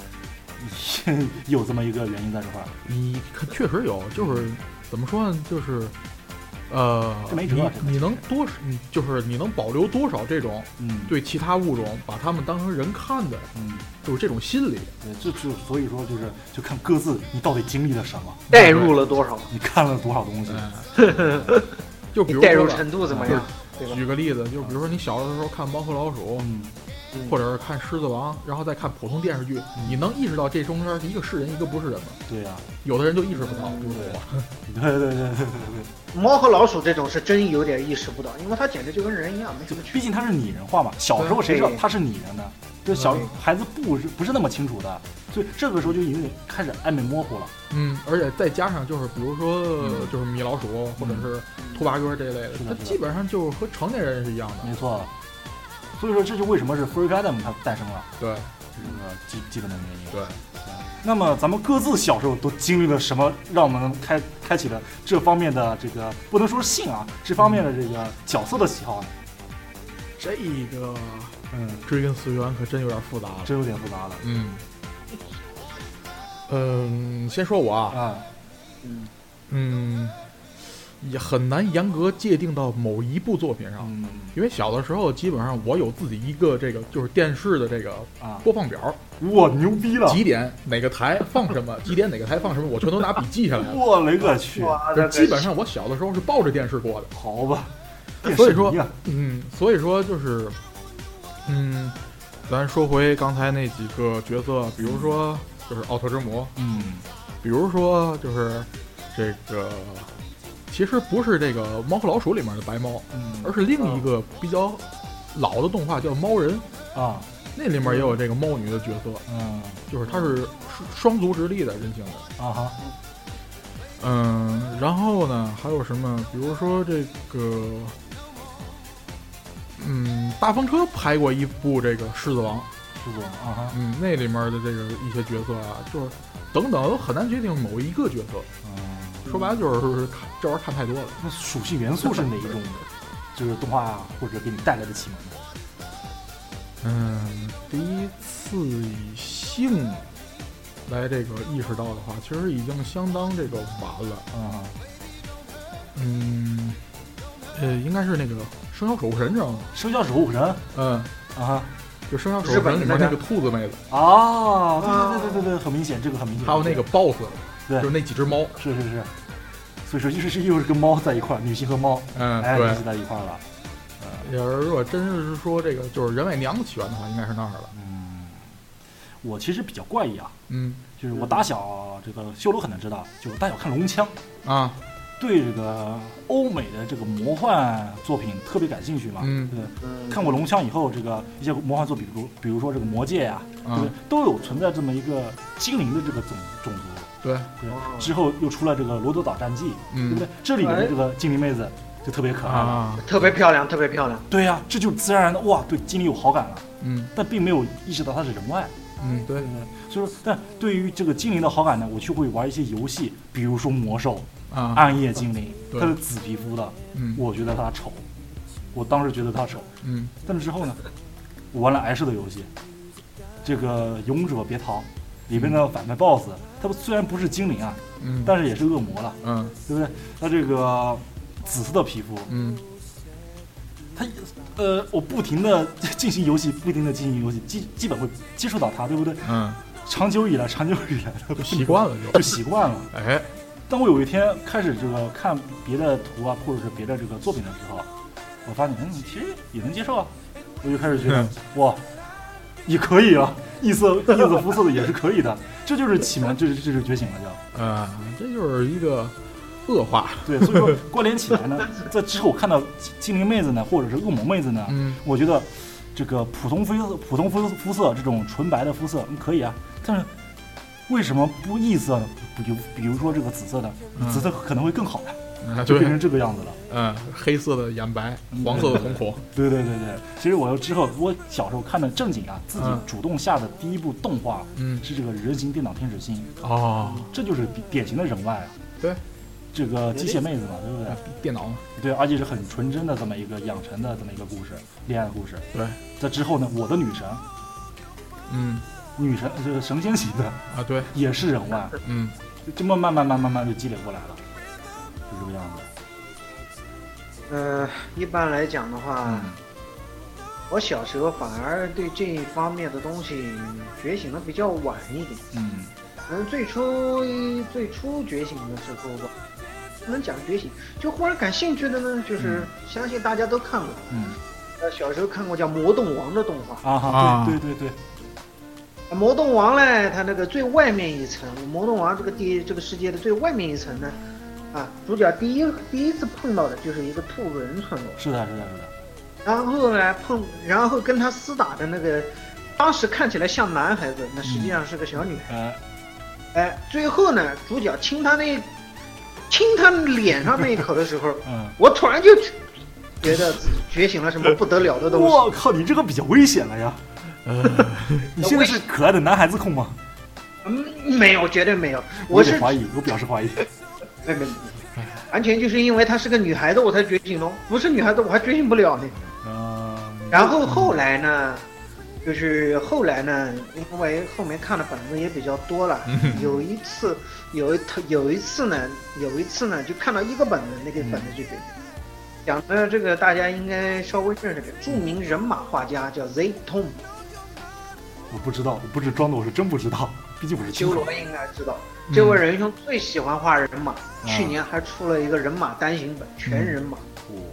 [SPEAKER 1] 有这么一个原因在这块。
[SPEAKER 2] 你看，确实有，就是怎么说呢？就是你能你能保留多少这种对其他物种把他们当成人看的，就是这种心理。
[SPEAKER 1] 对，这就所以说就看各自你到底经历了什么，
[SPEAKER 3] 带入了多少，
[SPEAKER 1] 你看了多少东西，
[SPEAKER 2] 就比如
[SPEAKER 3] 带入程度怎么样？
[SPEAKER 2] 举个例子，就比如说你小的时候看《猫和老鼠》，或者是看《狮子王》，然后再看普通电视剧，你能意识到这中间一个是人，一个不是人吗？
[SPEAKER 1] 对呀，
[SPEAKER 2] 有的人就意识不到，
[SPEAKER 1] 对。
[SPEAKER 3] 猫和老鼠这种是真有点意识不到，因为它简直就跟人一样，没什么区别。
[SPEAKER 1] 毕竟它是拟人化嘛，小时候谁知道它是拟人呢？就小孩子不是那么清楚的，所以这个时候就已经开始暧昧模糊了。
[SPEAKER 2] 而且再加上就是比如说就是米老鼠或者是兔八哥这一类的，它基本上就和成年人是一样的。
[SPEAKER 1] 没错。所以说这就为什么是 Freedom 它诞生了。
[SPEAKER 2] 对，
[SPEAKER 1] 这个基本的原因。
[SPEAKER 2] 对。
[SPEAKER 1] 那么咱们各自小时候都经历了什么，让我们开启了这方面的这个不能说是性啊，这方面的这个角色的喜好呢？
[SPEAKER 2] 这个追根溯源可真有点复杂了，
[SPEAKER 1] 真有点复杂了。
[SPEAKER 2] 先说我啊， 也很难严格界定到某一部作品上，因为小的时候基本上我有自己一个这个就是电视的这个播放表，
[SPEAKER 1] 哇，牛逼了！
[SPEAKER 2] 几点哪个台放什么，几点哪个台放什么，我全都拿笔记下来了。
[SPEAKER 1] 我勒个去！
[SPEAKER 2] 基本上我小的时候是抱着电视过的。
[SPEAKER 1] 好吧，
[SPEAKER 2] 所以说，所以说就是，咱说回刚才那几个角色，比如说就是奥特之魔，比如说就是这个。其实不是这个《猫和老鼠》里面的白猫，而是另一个比较老的动画叫《猫人》
[SPEAKER 1] 啊，
[SPEAKER 2] 那里面也有这个猫女的角色，就是它是双足直立的人形的
[SPEAKER 1] 啊哈，
[SPEAKER 2] 然后呢还有什么？比如说这个，大风车拍过一部这个《狮子王》
[SPEAKER 1] 啊哈，
[SPEAKER 2] 那里面的这个一些角色啊，就是等等都很难决定某一个角色。说白了就是这玩意儿看太多了。
[SPEAKER 1] 那属性元素是哪一种？就是动画或者给你带来的启
[SPEAKER 2] 蒙？第一次以性来这个意识到的话，其实已经相当这个晚了。应该是那个生肖守护神，知道吗？
[SPEAKER 1] 生肖守护神？
[SPEAKER 2] 就生肖守护神里面那个兔子妹子。
[SPEAKER 1] 对，很明显，这个很明显。
[SPEAKER 2] 还有那个 BOSS。
[SPEAKER 1] 对，
[SPEAKER 2] 就是那几只猫，
[SPEAKER 1] 是，所以说又是跟猫在一块儿，女性和猫，
[SPEAKER 2] 对，
[SPEAKER 1] 在一块儿了。
[SPEAKER 2] 如果真是说这个就是人外娘的起源的话，应该是那儿了。
[SPEAKER 1] 我其实比较怪异啊，就是我打小这个修罗可能知道，就是打小看龙枪
[SPEAKER 2] 啊，
[SPEAKER 1] 对这个欧美的这个魔幻作品特别感兴趣嘛，对，看过龙枪以后，这个一些魔幻作品，比如说这个魔戒呀，对不对，都有存在这么一个精灵的这个种族。
[SPEAKER 2] 对，
[SPEAKER 1] 之后又出了这个《罗德岛战记》，对不对？这里面的这个精灵妹子就特别可爱了，
[SPEAKER 3] 特别漂亮。
[SPEAKER 1] 对呀，这就是自然而然的哇，对精灵有好感了。但并没有意识到它是人外。
[SPEAKER 2] 对。
[SPEAKER 1] 所以说，但对于这个精灵的好感呢，我就会玩一些游戏，比如说魔兽暗夜精灵，它是紫皮肤的，我觉得它丑，我当时觉得它丑。但是之后呢，我玩了癌社的游戏，这个《勇者别逃》。里边的反派 BOSS， 他虽然不是精灵啊，但是也是恶魔了，对不对？他这个紫色的皮肤，他我不停的进行游戏，基本会接触到他，对不对？长久以来
[SPEAKER 2] 就习惯了，
[SPEAKER 1] 就习惯了。当我有一天开始这个看别的图啊，或者是别的这个作品的时候，我发现其实也能接受啊，我就开始觉得哇。也可以啊，异色肤色的也是可以的，这就是启蒙，这是觉醒了
[SPEAKER 2] 叫，这就是一个恶化。
[SPEAKER 1] 对，所以说关联起来呢，在之后我看到精灵妹子呢，或者是恶魔妹子呢，我觉得这个普通肤色这种纯白的肤色可以啊，但是为什么不异色呢？比如说这个紫色的，紫色可能会更好看，就变成这个样子了。
[SPEAKER 2] 黑色的眼白，黄色的瞳孔。
[SPEAKER 1] 对。其实我之后，我小时候看的正经啊，自己主动下的第一部动画，是这个人形电脑天使心。这就是典型的人外啊。
[SPEAKER 2] 对，
[SPEAKER 1] 这个机械妹子嘛，对不对？
[SPEAKER 2] 电脑。
[SPEAKER 1] 对，而且是很纯真的这么一个养成的这么一个故事，恋爱故事。
[SPEAKER 2] 对。
[SPEAKER 1] 在之后呢，我的女神，女神这个神仙型的
[SPEAKER 2] 啊，对，
[SPEAKER 1] 也是人外。这么慢慢就积累过来了，就这个样子。
[SPEAKER 3] 一般来讲的话，我小时候反而对这一方面的东西觉醒的比较晚一点。可能最初觉醒的时候吧，不能讲觉醒，就忽然感兴趣的呢，就是相信大家都看过。小时候看过叫《魔动王》的动画。
[SPEAKER 1] 对。
[SPEAKER 3] 魔动王呢，它那个最外面一层，魔动王这个世界的最外面一层呢。主角第一次碰到的就是一个兔子人村落。
[SPEAKER 1] 是的。
[SPEAKER 3] 然后跟他厮打的那个，当时看起来像男孩子，那实际上是个小女孩。最后呢，主角亲他脸上那一口的时候，我突然就觉得觉醒了什么不得了的东西。
[SPEAKER 1] 我靠，你这个比较危险了呀！你现在是可爱的男孩子控吗？
[SPEAKER 3] 没有，绝对没有。
[SPEAKER 1] 我表示怀疑。
[SPEAKER 3] 没，完全就是因为她是个女孩子我才觉醒的，不是女孩子我还觉醒不了呢。然后后来呢， 就是后来呢，因为后面看的本子也比较多了，有一次呢，就看到一个本子，那个本子就讲的这个大家应该稍微认识点，著名人马画家叫 Z Tom。
[SPEAKER 1] 我不知道，我不是装的，我是真不知道，毕竟我是
[SPEAKER 3] 修罗应该知道。这位仁兄最喜欢画人马，去年还出了一个人马单行本，全人马。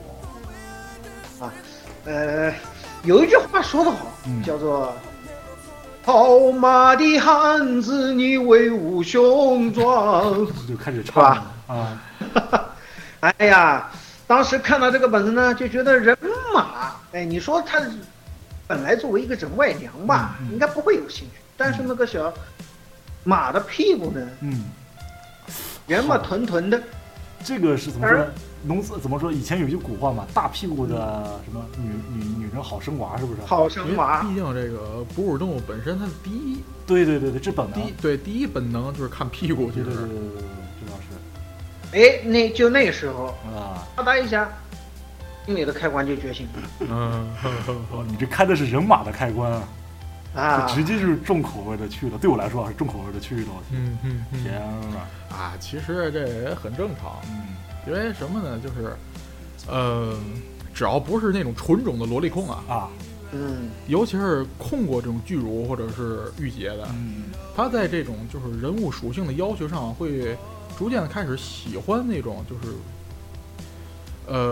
[SPEAKER 3] 有一句话说得好，叫做“跑马的汉子，你威武雄壮”，
[SPEAKER 1] 就开始唱了啊！
[SPEAKER 3] 哎呀，当时看到这个本子呢，就觉得人马，你说他本来作为一个人外娘吧，应该不会有兴趣，但是那个小马的屁股呢，圆嘛臀臀的，
[SPEAKER 1] 这个是怎么说？农村怎么说？以前有句古话嘛，大屁股的什么女人好生娃，是不是？
[SPEAKER 3] 好生娃。
[SPEAKER 2] 毕竟这个哺乳动物本身它的第一，
[SPEAKER 1] 对，这本能，
[SPEAKER 2] 第一本能就是看屁股，其实
[SPEAKER 1] 对，这倒
[SPEAKER 3] 是。那时候啊，啪嗒一下，心里的开关就觉醒了。
[SPEAKER 1] 你这开的是人马的开关
[SPEAKER 3] 啊！
[SPEAKER 1] 直接就是重口味的去了，对我来说是重口味的去了。天
[SPEAKER 2] 啊！其实这也很正常。因为什么呢？就是，只要不是那种纯种的萝莉控尤其是控过这种巨乳或者是御姐的，他在这种就是人物属性的要求上，会逐渐的开始喜欢那种就是，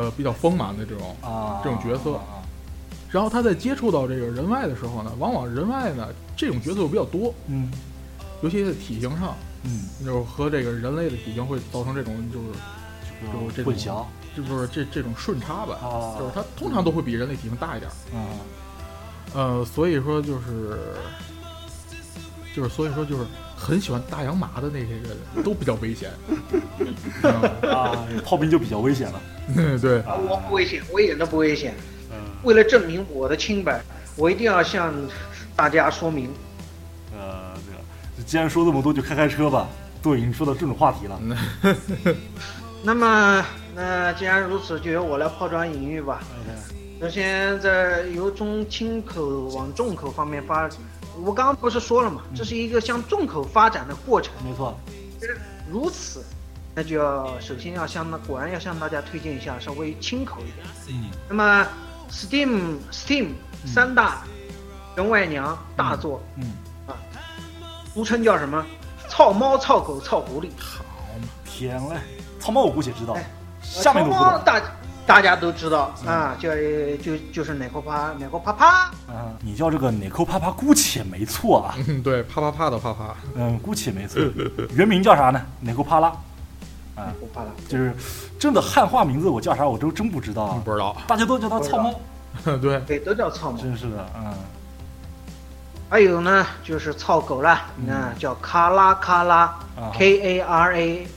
[SPEAKER 2] 比较丰满的这种角色。然后他在接触到这个人外的时候呢，往往人外呢这种角色又比较多，尤其在体型上，就是和这个人类的体型会造成这种就是这种
[SPEAKER 1] 混淆，
[SPEAKER 2] 就是这种顺差吧，就是它通常都会比人类体型大一点，所以说所以说很喜欢大洋马的那些人都比较危险，
[SPEAKER 1] 炮兵就比较危险了，
[SPEAKER 2] 对，
[SPEAKER 3] 我不危险，我一点都不危险，为了证明我的清白，我一定要向大家说明，
[SPEAKER 1] 既然说这么多，就开车吧，都已经说到这种话题了。
[SPEAKER 3] 那么，既然如此，就由我来抛砖引玉吧。首先，在由中轻口往重口方面发，我刚刚不是说了嘛，这是一个向重口发展的过程。
[SPEAKER 1] 没错。
[SPEAKER 3] 如此，那就要首先果然要向大家推荐一下稍微轻口一点。那么 Steam 三大人外娘大作，俗称叫什么？操猫、操狗、操狐狸。
[SPEAKER 2] 好嘛，
[SPEAKER 1] 天嘞！操猫我估计知道，下面都不懂。
[SPEAKER 3] 大家都知道就是奶扣啪
[SPEAKER 1] 你叫这个奶扣啪啪姑且没错啊。
[SPEAKER 2] 对，啪啪啪的啪啪。
[SPEAKER 1] 姑且没错。原名叫啥呢？奶扣啪啦。就是真的汉化名字我叫啥我都真不知道。
[SPEAKER 2] 不知道。大
[SPEAKER 1] 家都叫它操猫。
[SPEAKER 2] 对，
[SPEAKER 3] 都叫操猫。
[SPEAKER 1] 真是的，
[SPEAKER 3] 还有呢，就是操狗了，叫卡拉KARA，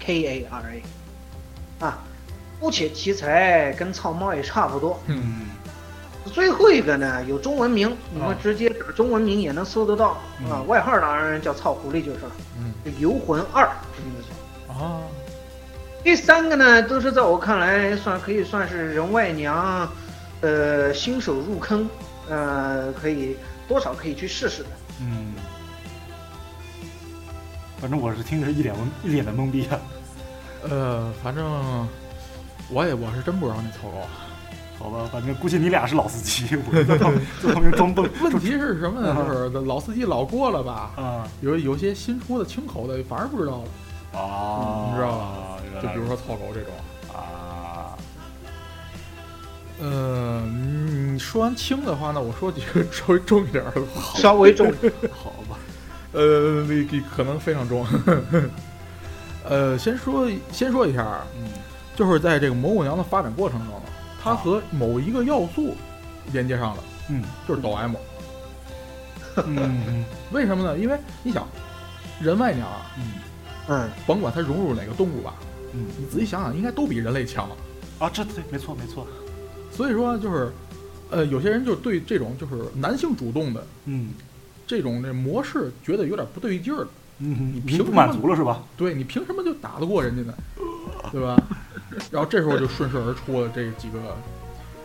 [SPEAKER 3] 姑且题材跟操猫也差不多。最后一个呢有中文名，你们直接打中文名也能搜得到外号当然叫操狐狸就是了。游魂2这名字叫。第三个呢都是在我看来可以算是人外娘，新手入坑，可以多少可以去试试的。
[SPEAKER 1] 反正我是听着一脸的懵逼啊。
[SPEAKER 2] 反正我是真不知道那操狗。
[SPEAKER 1] 好吧，反正估计你俩是老司机，我在旁边装笨。
[SPEAKER 2] 问题是什么呢？就是老司机老过了吧？有些新出的轻口的反而不知道了。你知道吧？就比如说操狗这种。你说完轻的话，那我说几个稍微重一点的。
[SPEAKER 3] 稍微重。
[SPEAKER 1] 好吧。
[SPEAKER 2] 可能非常重。先说一下，就是在这个蘑菇娘的发展过程中，它和某一个要素连接上了，就是抖 M。为什么呢？因为你想，人外娘甭管它融入哪个动物吧，你仔细想想，应该都比人类强
[SPEAKER 1] 这对，没错。
[SPEAKER 2] 所以说，就是有些人就对这种就是男性主动的，这种模式觉得有点不对劲儿了。
[SPEAKER 1] 你凭不满足了是吧？
[SPEAKER 2] 对，你凭什么就打得过人家呢？对吧？然后这时候就顺势而出了这几个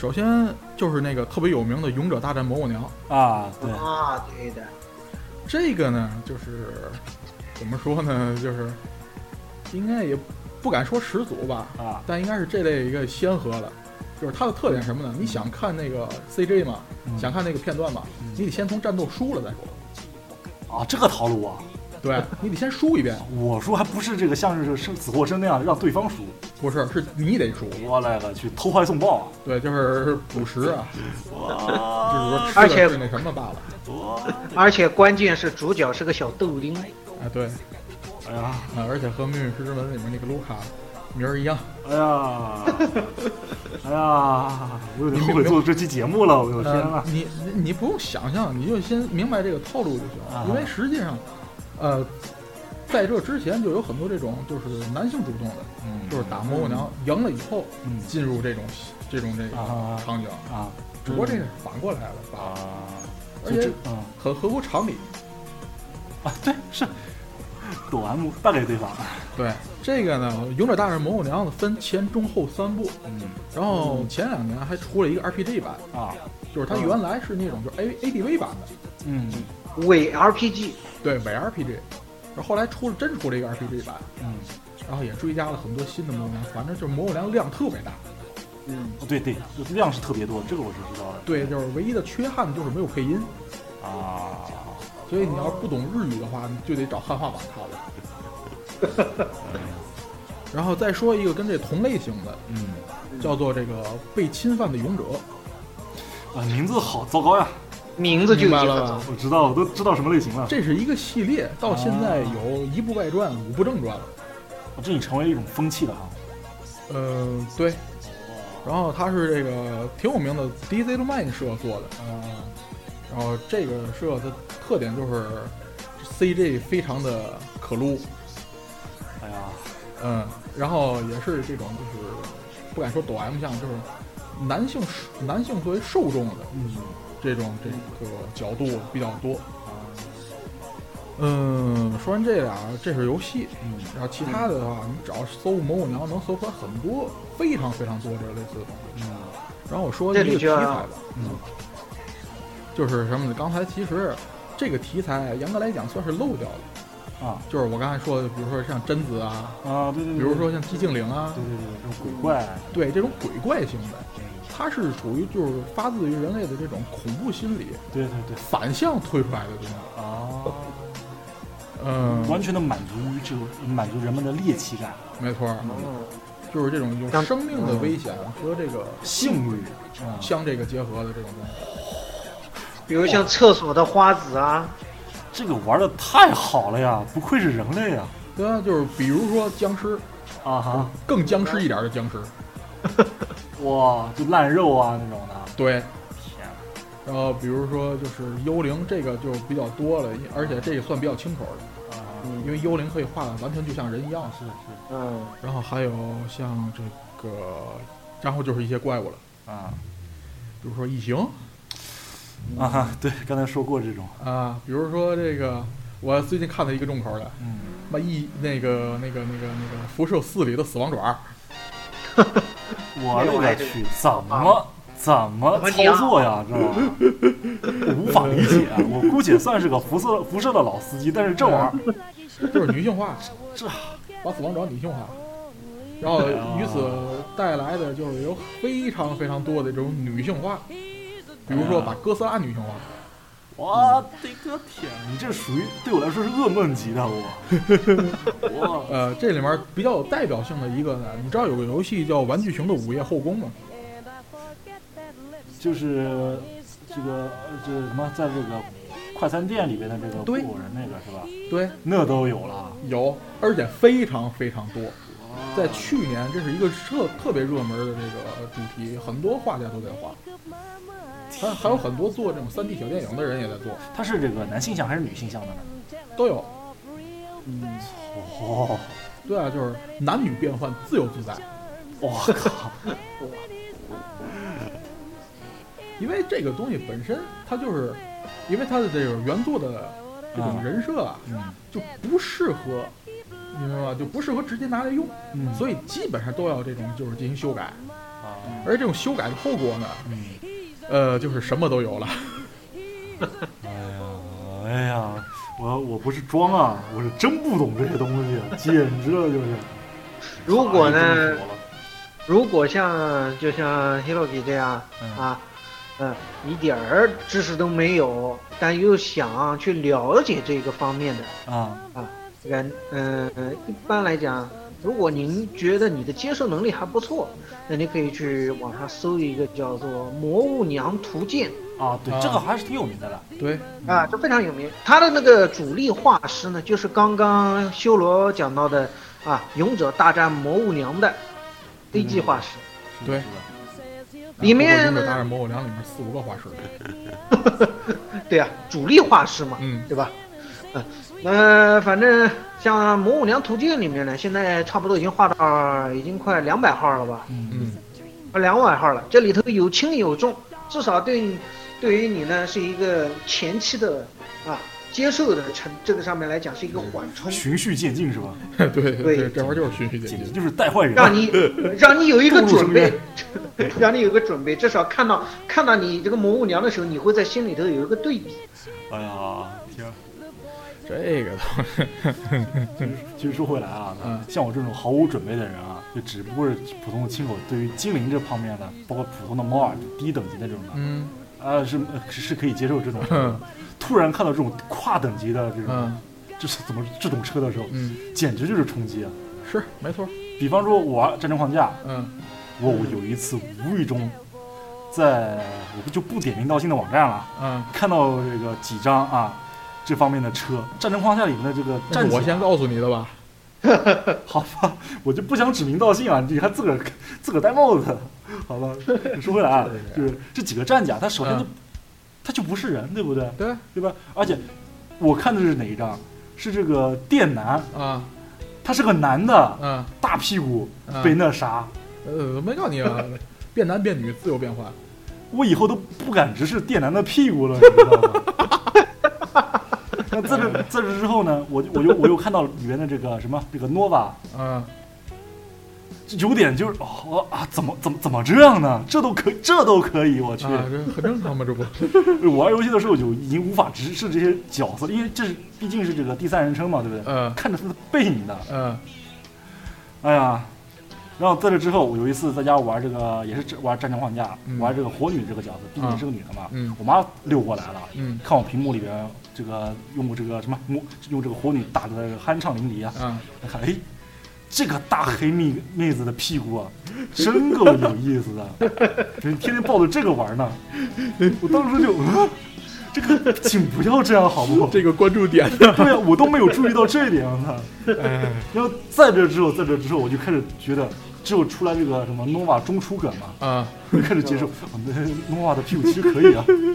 [SPEAKER 2] 首先就是那个特别有名的《勇者大战魔偶娘》
[SPEAKER 1] 啊，对
[SPEAKER 3] 啊，对的。
[SPEAKER 2] 这个呢，就是怎么说呢，就是应该也不敢说始祖吧，但应该是这类一个先河了。就是它的特点什么呢？你想看那个 CJ 嘛，想看那个片段嘛，你得先从战斗输了再说。
[SPEAKER 1] 啊，这个套路啊。
[SPEAKER 2] 对，你得先输一遍。
[SPEAKER 1] 我输还不是这个像是死或生那样让对方输，
[SPEAKER 2] 不是，是你得输。
[SPEAKER 1] 我勒个去，偷坏送爆啊！
[SPEAKER 2] 对，就是捕食啊，就是说
[SPEAKER 3] 而且
[SPEAKER 2] 是那什么罢了。
[SPEAKER 3] 而且关键是主角是个小豆丁。
[SPEAKER 2] 哎，对，
[SPEAKER 1] 哎呀，
[SPEAKER 2] 而且和《命运石之门》里面那个卢卡名儿一样。
[SPEAKER 1] 哎呀，哎呀，我有点后悔做这期节目了，我的天啊！
[SPEAKER 2] 你不用想象，你就先明白这个套路就行，因为实际上。在这之前就有很多这种就是男性主动的，就是打魔偶娘赢了以后，进入这种这个场景
[SPEAKER 1] 啊，
[SPEAKER 2] 只不过这是反过来了啊，而且很合乎常理
[SPEAKER 1] 啊，对，是躲 M 败给对方。
[SPEAKER 2] 对，这个呢，《勇者大战魔偶娘》分前中后3部，然后前2年还出了一个 RPG 版啊，就是它原来是那种就是 ADV 版的，
[SPEAKER 3] 伪 RPG。
[SPEAKER 2] 对，伪 RPG，然后后来真出了一个 RPG 版，然后也追加了很多新的魔偶娘，反正就是魔偶娘量特别大，
[SPEAKER 1] 对，量是特别多，这个我是知道的。
[SPEAKER 2] 对，就是唯一的缺憾就是没有配音
[SPEAKER 1] 啊，
[SPEAKER 2] 所以你要不懂日语的话，你就得找汉化版看了。然后再说一个跟这同类型的，叫做这个被侵犯的勇者，
[SPEAKER 1] 啊，名字好糟糕呀。
[SPEAKER 3] 名字就
[SPEAKER 2] 明白了吧？
[SPEAKER 1] 我知道，我都知道什么类型了。
[SPEAKER 2] 这是一个系列，到现在有1部外传、5部正传了。
[SPEAKER 1] 这已成为一种风气了哈。
[SPEAKER 2] 对。然后它是这个挺有名的 DC Domain 社做的，然后这个社的特点就是 CG 非常的可撸。
[SPEAKER 1] 哎呀，
[SPEAKER 2] 然后也是这种就是不敢说抖 M 像，就是男性作为受众的，这个角度比较多。说完这俩，这是游戏，然后其他的话，你只要搜魔偶娘能搜出来很多，非常非常多这类似的东西。然后我说一个题材吧，就是什么呢？刚才其实这个题材严格来讲算是漏掉的啊，就是我刚才说的，比如说像贞子啊，
[SPEAKER 1] 对，
[SPEAKER 2] 比如说像寂静岭啊，
[SPEAKER 1] 对，这种鬼怪，
[SPEAKER 2] 对这种鬼怪型的。它是属于就是发自于人类的这种恐怖心理，
[SPEAKER 1] 对，
[SPEAKER 2] 反向推出来的东西
[SPEAKER 1] 完全的满足人们的猎奇感，
[SPEAKER 2] 没错，就是这种有生命的危险和这个性欲相这个结合的这种东西，
[SPEAKER 3] 比如像厕所的花子啊，
[SPEAKER 1] 这个玩的太好了呀，不愧是人类啊，
[SPEAKER 2] 对啊，就是比如说僵尸
[SPEAKER 1] 啊哈，
[SPEAKER 2] 更僵尸一点的僵尸。
[SPEAKER 1] 哇，就烂肉啊那种的。
[SPEAKER 2] 对，
[SPEAKER 1] 天。
[SPEAKER 2] 然后比如说就是幽灵，这个就比较多了，而且这个算比较清口的因为幽灵可以画的完全就像人一样。
[SPEAKER 1] 是。
[SPEAKER 2] 然后还有像这个，然后就是一些怪物了
[SPEAKER 1] 啊，
[SPEAKER 2] 比如说异形
[SPEAKER 1] 啊哈，对，刚才说过这种
[SPEAKER 2] 啊，比如说这个，我最近看了一个重口的，那个辐射4里的死亡爪。
[SPEAKER 1] 我勒个去，怎么操作呀？这我无法理解啊！我姑且算是个辐射的老司机，但是这玩意
[SPEAKER 2] 儿就是女性化，
[SPEAKER 1] 这
[SPEAKER 2] 把死亡者女性化，然后于此带来的就是有非常非常多的这种女性化，比如说把哥斯拉女性化。
[SPEAKER 1] 我的个天！你这属于对我来说是噩梦级的
[SPEAKER 2] 我。这里面比较有代表性的一个呢，你知道有个游戏叫《玩具熊的午夜后宫》吗？
[SPEAKER 1] 就是这什么，在这个快餐店里边的这个布偶人那个是吧？
[SPEAKER 2] 对，
[SPEAKER 1] 那都有了，
[SPEAKER 2] 有，而且非常非常多。在去年，这是一个特别热门的这个主题，很多画家都在画。还有很多做这种3D 小电影的人也在做。
[SPEAKER 1] 他是这个男性向还是女性向的呢？
[SPEAKER 2] 都有。对啊，就是男女变换，自由自在。
[SPEAKER 1] 我靠！
[SPEAKER 2] 因为这个东西本身，它就是因为它的这个原作的这种人设啊，就不适合，你明白吧？就不适合直接拿来用，所以基本上都要这种就是进行修改。 而这种修改的后果呢，就是什么都有了。
[SPEAKER 1] 哎呀，我不是装啊，我是真不懂这些东西，简直了就是。
[SPEAKER 3] 如果呢，如果就像 Hiroki 这样一点儿知识都没有，但又想去了解这个方面的人，一般来讲，如果您觉得你的接受能力还不错，那你可以去网上搜一个叫做《魔物娘图鉴》
[SPEAKER 1] 对，这个还是挺有名的了。
[SPEAKER 2] 对
[SPEAKER 3] 这非常有名。他的那个主力画师呢，就是刚刚修罗讲到的勇者大战魔物娘的 AG 画师。
[SPEAKER 2] 对。
[SPEAKER 3] 里面
[SPEAKER 2] 勇者大战魔物娘里面4-5个画师。
[SPEAKER 3] 对啊，主力画师嘛，对吧？反正像《魔物娘图鉴》里面呢，现在差不多已经画到已经快200号了吧？快200号了。这里头有轻有重，至少对于你呢是一个前期的接受的这个上面来讲是一个缓冲，
[SPEAKER 1] 循序渐进是吧？
[SPEAKER 3] 对，
[SPEAKER 2] 这玩意儿就是循序渐进，
[SPEAKER 1] 就是带坏人，
[SPEAKER 3] 让你有一个准备，让你有个准备，至少看到你这个魔物娘的时候，你会在心里头有一个对比。
[SPEAKER 1] 哎呀，天！
[SPEAKER 2] 这个
[SPEAKER 1] 其实说回来像我这种毫无准备的人就只不过是普通的亲口，对于精灵这方面的，包括普通的猫耳低等级那种的，是可以接受这种。突然看到这种跨等级的这种，就是怎么这种车的时候，简直就是冲击啊！
[SPEAKER 2] 是没错。
[SPEAKER 1] 比方说我玩战争框架，我有一次无意中在我就不点名道姓的网站了，看到这个几张这方面的车，战争框架里面的这个战
[SPEAKER 2] 我先告诉你的吧。
[SPEAKER 1] 好吧，我就不想指名道姓你还自个儿戴帽子，好吧？说回来就是这几个战甲，它首先它就不是人，对不对？对吧？而且我看的是哪一张？是这个电男他是个男的，大屁股被那啥，
[SPEAKER 2] 没告诉你变男变女自由变换。
[SPEAKER 1] 我以后都不敢直视电男的屁股了，你知道吗？那在这之后呢，我又看到里面的这个什么这个 Nova，有点就是怎么这样呢？这都可以，我去，
[SPEAKER 2] 这很正常嘛，这不？
[SPEAKER 1] 我玩游戏的时候就已经无法直视这些角色，因为毕竟是这个第三人称嘛，对不对？看着他的背影的，哎呀，然后在这之后，我有一次在家玩这个，也是玩战争框架，玩这个火女这个角色，毕竟是个女的嘛，我妈溜过来了，看我屏幕里边这个用这个什么用这个火女打的酣畅淋漓看这个大黑妹子的屁股真够有意思的，天天抱着这个玩呢。我当时就这个请不要这样好不好？
[SPEAKER 2] 这个关注点
[SPEAKER 1] 对呀，我都没有注意到这一点然后在这之后我就开始觉得，只有出来这个什么 Nova 中出梗嘛，就开始接受Nova 的屁股其实可以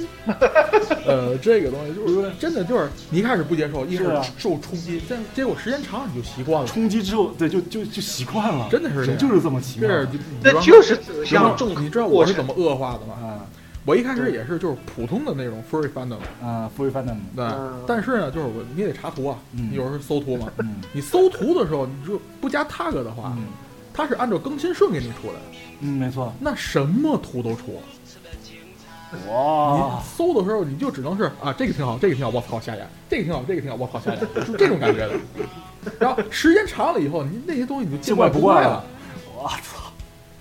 [SPEAKER 2] 这个东西就是真的就是你一开始不接受，一开始受冲击，但结果时间长你就习惯了。
[SPEAKER 1] 冲击之后，对，就习惯了，
[SPEAKER 2] 真的是
[SPEAKER 1] 人就是这么奇妙。
[SPEAKER 3] 这就是走向重。
[SPEAKER 2] 你知道我是怎么恶化的吗？我一开始也是就是普通的那种 Furry Fandom，Furry
[SPEAKER 1] Fandom，
[SPEAKER 2] 对，但是呢，就是你得查图你有时候搜图嘛，你搜图的时候，你就不加 tag 的话，它是按照更新顺给你出来，
[SPEAKER 1] 没错，
[SPEAKER 2] 那什么图都出。
[SPEAKER 1] 哇！
[SPEAKER 2] 你搜的时候你就只能是这个挺好，这个挺好，我操下眼；这个挺好，这个挺好，我操下眼，就这种感觉的。然后时间长了以后，你那些东西你就见怪不怪了。
[SPEAKER 1] 我操！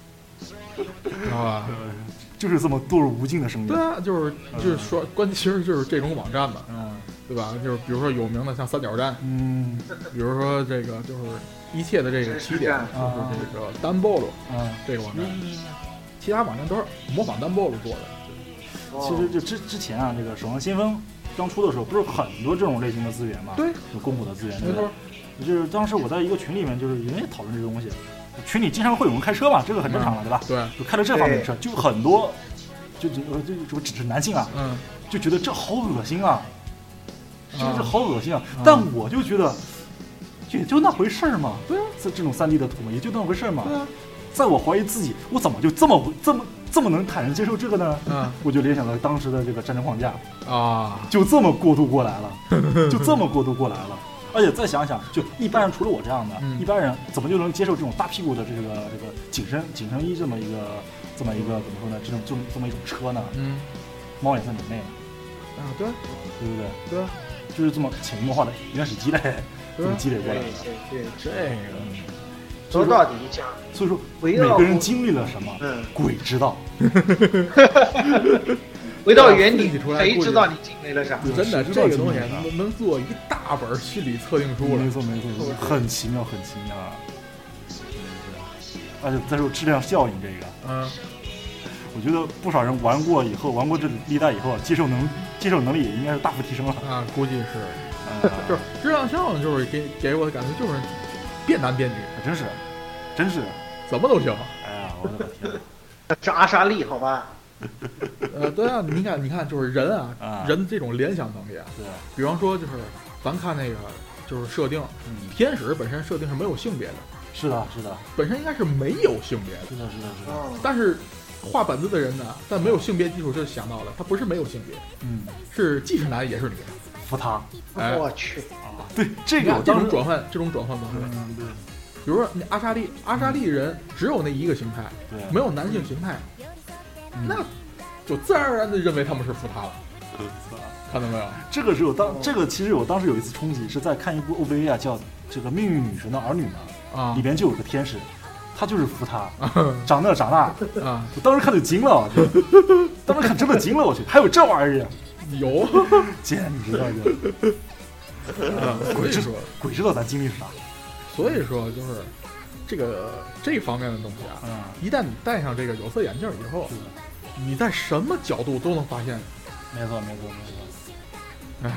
[SPEAKER 1] 就是这么堕入无尽的生命。
[SPEAKER 2] 对啊，就是说，其实就是这种网站嘛，对吧？就是比如说有名的像三角站，比如说这个就是一切的这个起点就是这个单 bolo，这个网站，其他网站都是模仿单 bolo 做的。
[SPEAKER 1] 其实就之前这个《守望先锋》刚出的时候，不是很多这种类型的资源嘛？
[SPEAKER 2] 对，
[SPEAKER 1] 有公补的资源，
[SPEAKER 2] 没错。
[SPEAKER 1] 就是当时我在一个群里面，就是也讨论这个东西。群里经常会有人开车嘛，这个很正常了，对吧？
[SPEAKER 2] 对，
[SPEAKER 1] 就开了这方面的车，就很多，就只是男性就觉得这好恶心这好恶心但我就觉得，也就那回事儿嘛。
[SPEAKER 2] 对啊，
[SPEAKER 1] 这种3D 的图嘛，也就那回事儿嘛。
[SPEAKER 2] 对啊，
[SPEAKER 1] 在我怀疑自己，我怎么就这么能坦然接受这个呢？我就联想到当时的这个战争框架就这么过渡过来了。而且再想想，就一般人除了我这样的，一般人怎么就能接受这种大屁股的这个紧身衣这么一个这么一个怎么说呢？这么一种车呢？猫也算人类嘛？
[SPEAKER 2] 啊，对不
[SPEAKER 1] 对？
[SPEAKER 2] 对，
[SPEAKER 1] 就是这么潜移默化的原始积累，这么积累过来的。
[SPEAKER 3] 对，
[SPEAKER 2] 这个
[SPEAKER 3] 说到底讲，
[SPEAKER 1] 所以说每个人经历了什么，鬼知道。
[SPEAKER 3] 回到原点，谁知道你经历了啥？
[SPEAKER 2] 真的，这个东西能做一大本心理测定书了。
[SPEAKER 1] 没错，很奇妙。而且再说质量效应这个，我觉得不少人玩过这历代以后，接受能力也应该是大幅提升了
[SPEAKER 2] 啊，估计是，就是质量效应，就是给我的感觉就是变男变女，
[SPEAKER 1] 真是
[SPEAKER 2] 怎么都行。
[SPEAKER 1] 哎呀，我的天，
[SPEAKER 3] 是阿莎莉，好吧？
[SPEAKER 2] 对啊，你看，就是人啊，人这种联想能力啊，
[SPEAKER 1] 对，
[SPEAKER 2] 比方说就是咱看那个就是设定，天使本身设定是没有性别的，
[SPEAKER 1] 是的，
[SPEAKER 2] 本身应该是没有性别的，
[SPEAKER 1] 是的，
[SPEAKER 2] 但是画本子的人呢，在没有性别基础就想到了，他不是没有性别，是既是男也是女，
[SPEAKER 1] 服他，
[SPEAKER 3] 我去
[SPEAKER 1] 啊，对，这种
[SPEAKER 2] 转换方式，
[SPEAKER 1] 对，
[SPEAKER 2] 比如说你阿莎莉人只有那一个形态，
[SPEAKER 1] 对，
[SPEAKER 2] 没有男性形态。那就自然而然的认为他们是服他了，看到没有？
[SPEAKER 1] 这个其实我当时有一次冲击，是在看一部 OVA 啊，叫这个《命运女神的儿女》嘛，里边就有个天使，他就是服他，长那啊，我当时看就惊了，当时看真的惊了，我去，还有这玩意儿？
[SPEAKER 2] 有，
[SPEAKER 1] 姐你知道的，鬼知道咱经历是啥，
[SPEAKER 2] 所以说就是这方面的东西啊，一旦你戴上这个有色眼镜以后，你在什么角度都能发现。
[SPEAKER 1] 没错。
[SPEAKER 2] 哎，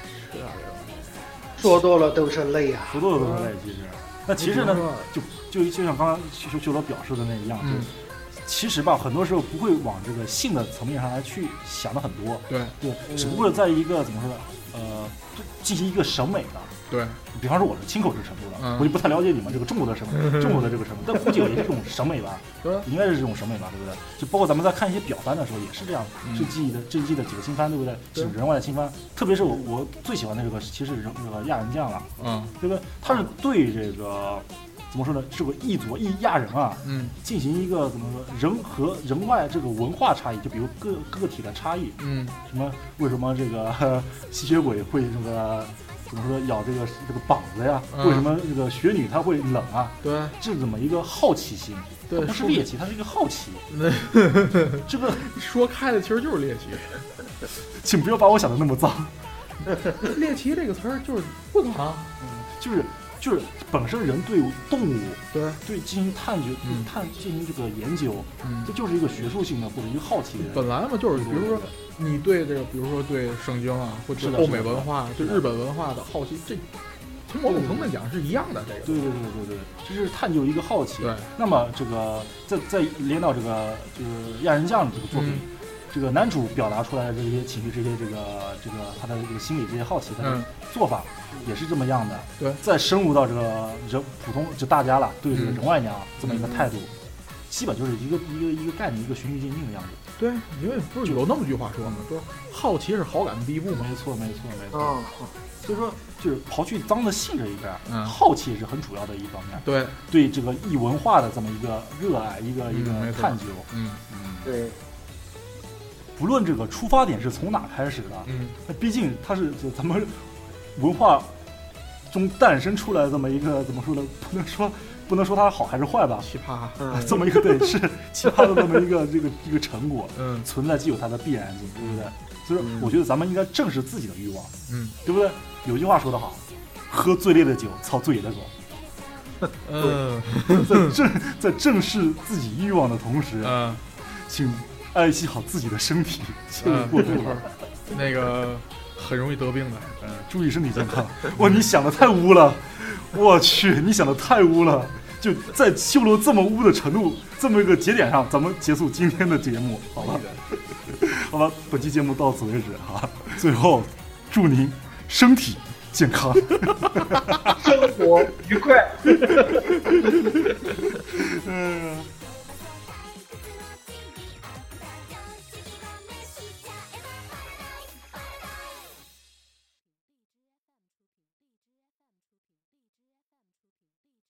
[SPEAKER 3] 说多了都是泪啊！
[SPEAKER 1] 说多了都是泪，其实。那其实呢，就像刚刚修罗表示的那一样，其实吧，很多时候不会往这个性的层面上来去想的很多。
[SPEAKER 2] 对，
[SPEAKER 1] 只不过在一个怎么说呢，进行一个审美的。
[SPEAKER 2] 对，
[SPEAKER 1] 比方说我是亲口这程度的，我就不太了解你们这个中国的审美，中国的这个审美，但估计也是这种审美吧，应该是这种审美吧，对不对？就包括咱们在看一些表番的时候也是这样，这一季的几个新番，对不对？是人外的新番，特别是我最喜欢的这个，其实是这个亚人将了，对不对？他是对这个怎么说呢？这个异族亚人啊，进行一个怎么说人和人外这个文化差异，就比如个体的差异，为什么这个吸血鬼会这个。怎么说咬这个膀子呀？为什么这个雪女她会冷啊？
[SPEAKER 2] 对，
[SPEAKER 1] 这怎么一个好奇心？
[SPEAKER 2] 对，
[SPEAKER 1] 不是猎奇，它是一个好奇。这个
[SPEAKER 2] 说开了，其实就是猎奇。
[SPEAKER 1] 请不要把我想的那么脏。
[SPEAKER 2] 猎奇这个词儿就是不脏，
[SPEAKER 1] 就是本身人对动物
[SPEAKER 2] 对
[SPEAKER 1] 进行探究、进行这个研究，这就是一个学术性的或者一个好奇的。
[SPEAKER 2] 本来嘛，就是比如说你对这个，比如说对圣经啊，或者欧美文化、对日本文化的好奇，这从某种层面讲是一样的。这个
[SPEAKER 1] 对，这是探究一个好奇。
[SPEAKER 2] 对，
[SPEAKER 1] 那么这个再连到这个就是亚人将这个作品。这个男主表达出来的这些情绪，这些这个他的这个心理这些好奇的做法，也是这么样的。
[SPEAKER 2] 对，
[SPEAKER 1] 再深入到这个人普通就大家了，对这个人外娘这么一个态度，基本就是一个概念，一个循序渐进的样子。
[SPEAKER 2] 对，因为不是有那么句话说吗？说好奇是好感的第一步吗？
[SPEAKER 1] 没错。所以说，就是刨去脏的性这一边，好奇也是很主要的一方面。对这个异文化的这么一个热爱，一个探究。
[SPEAKER 3] 对。
[SPEAKER 1] 不论这个出发点是从哪开始的，那毕竟它是咱们文化中诞生出来的这么一个怎么说呢？不能说它好还是坏吧？
[SPEAKER 2] 奇葩，
[SPEAKER 1] 这么一个是奇葩的这么一个成果，存在即有它的必然性，对不对？所以说，我觉得咱们应该正视自己的欲望，对不对？有句话说得好，喝最烈的酒，操最野的狗。在正视自己欲望的同时，请爱惜好自己的身体，切勿过度了。
[SPEAKER 2] 那个很容易得病的，
[SPEAKER 1] 注意身体健康。哇，你想的太污了，我去，你想的太污了。就在修罗这么污的程度，这么一个节点上，咱们结束今天的节目，好吧？好吧，本期节目到此为止哈。最后，祝您身体健康，
[SPEAKER 3] 生活愉快。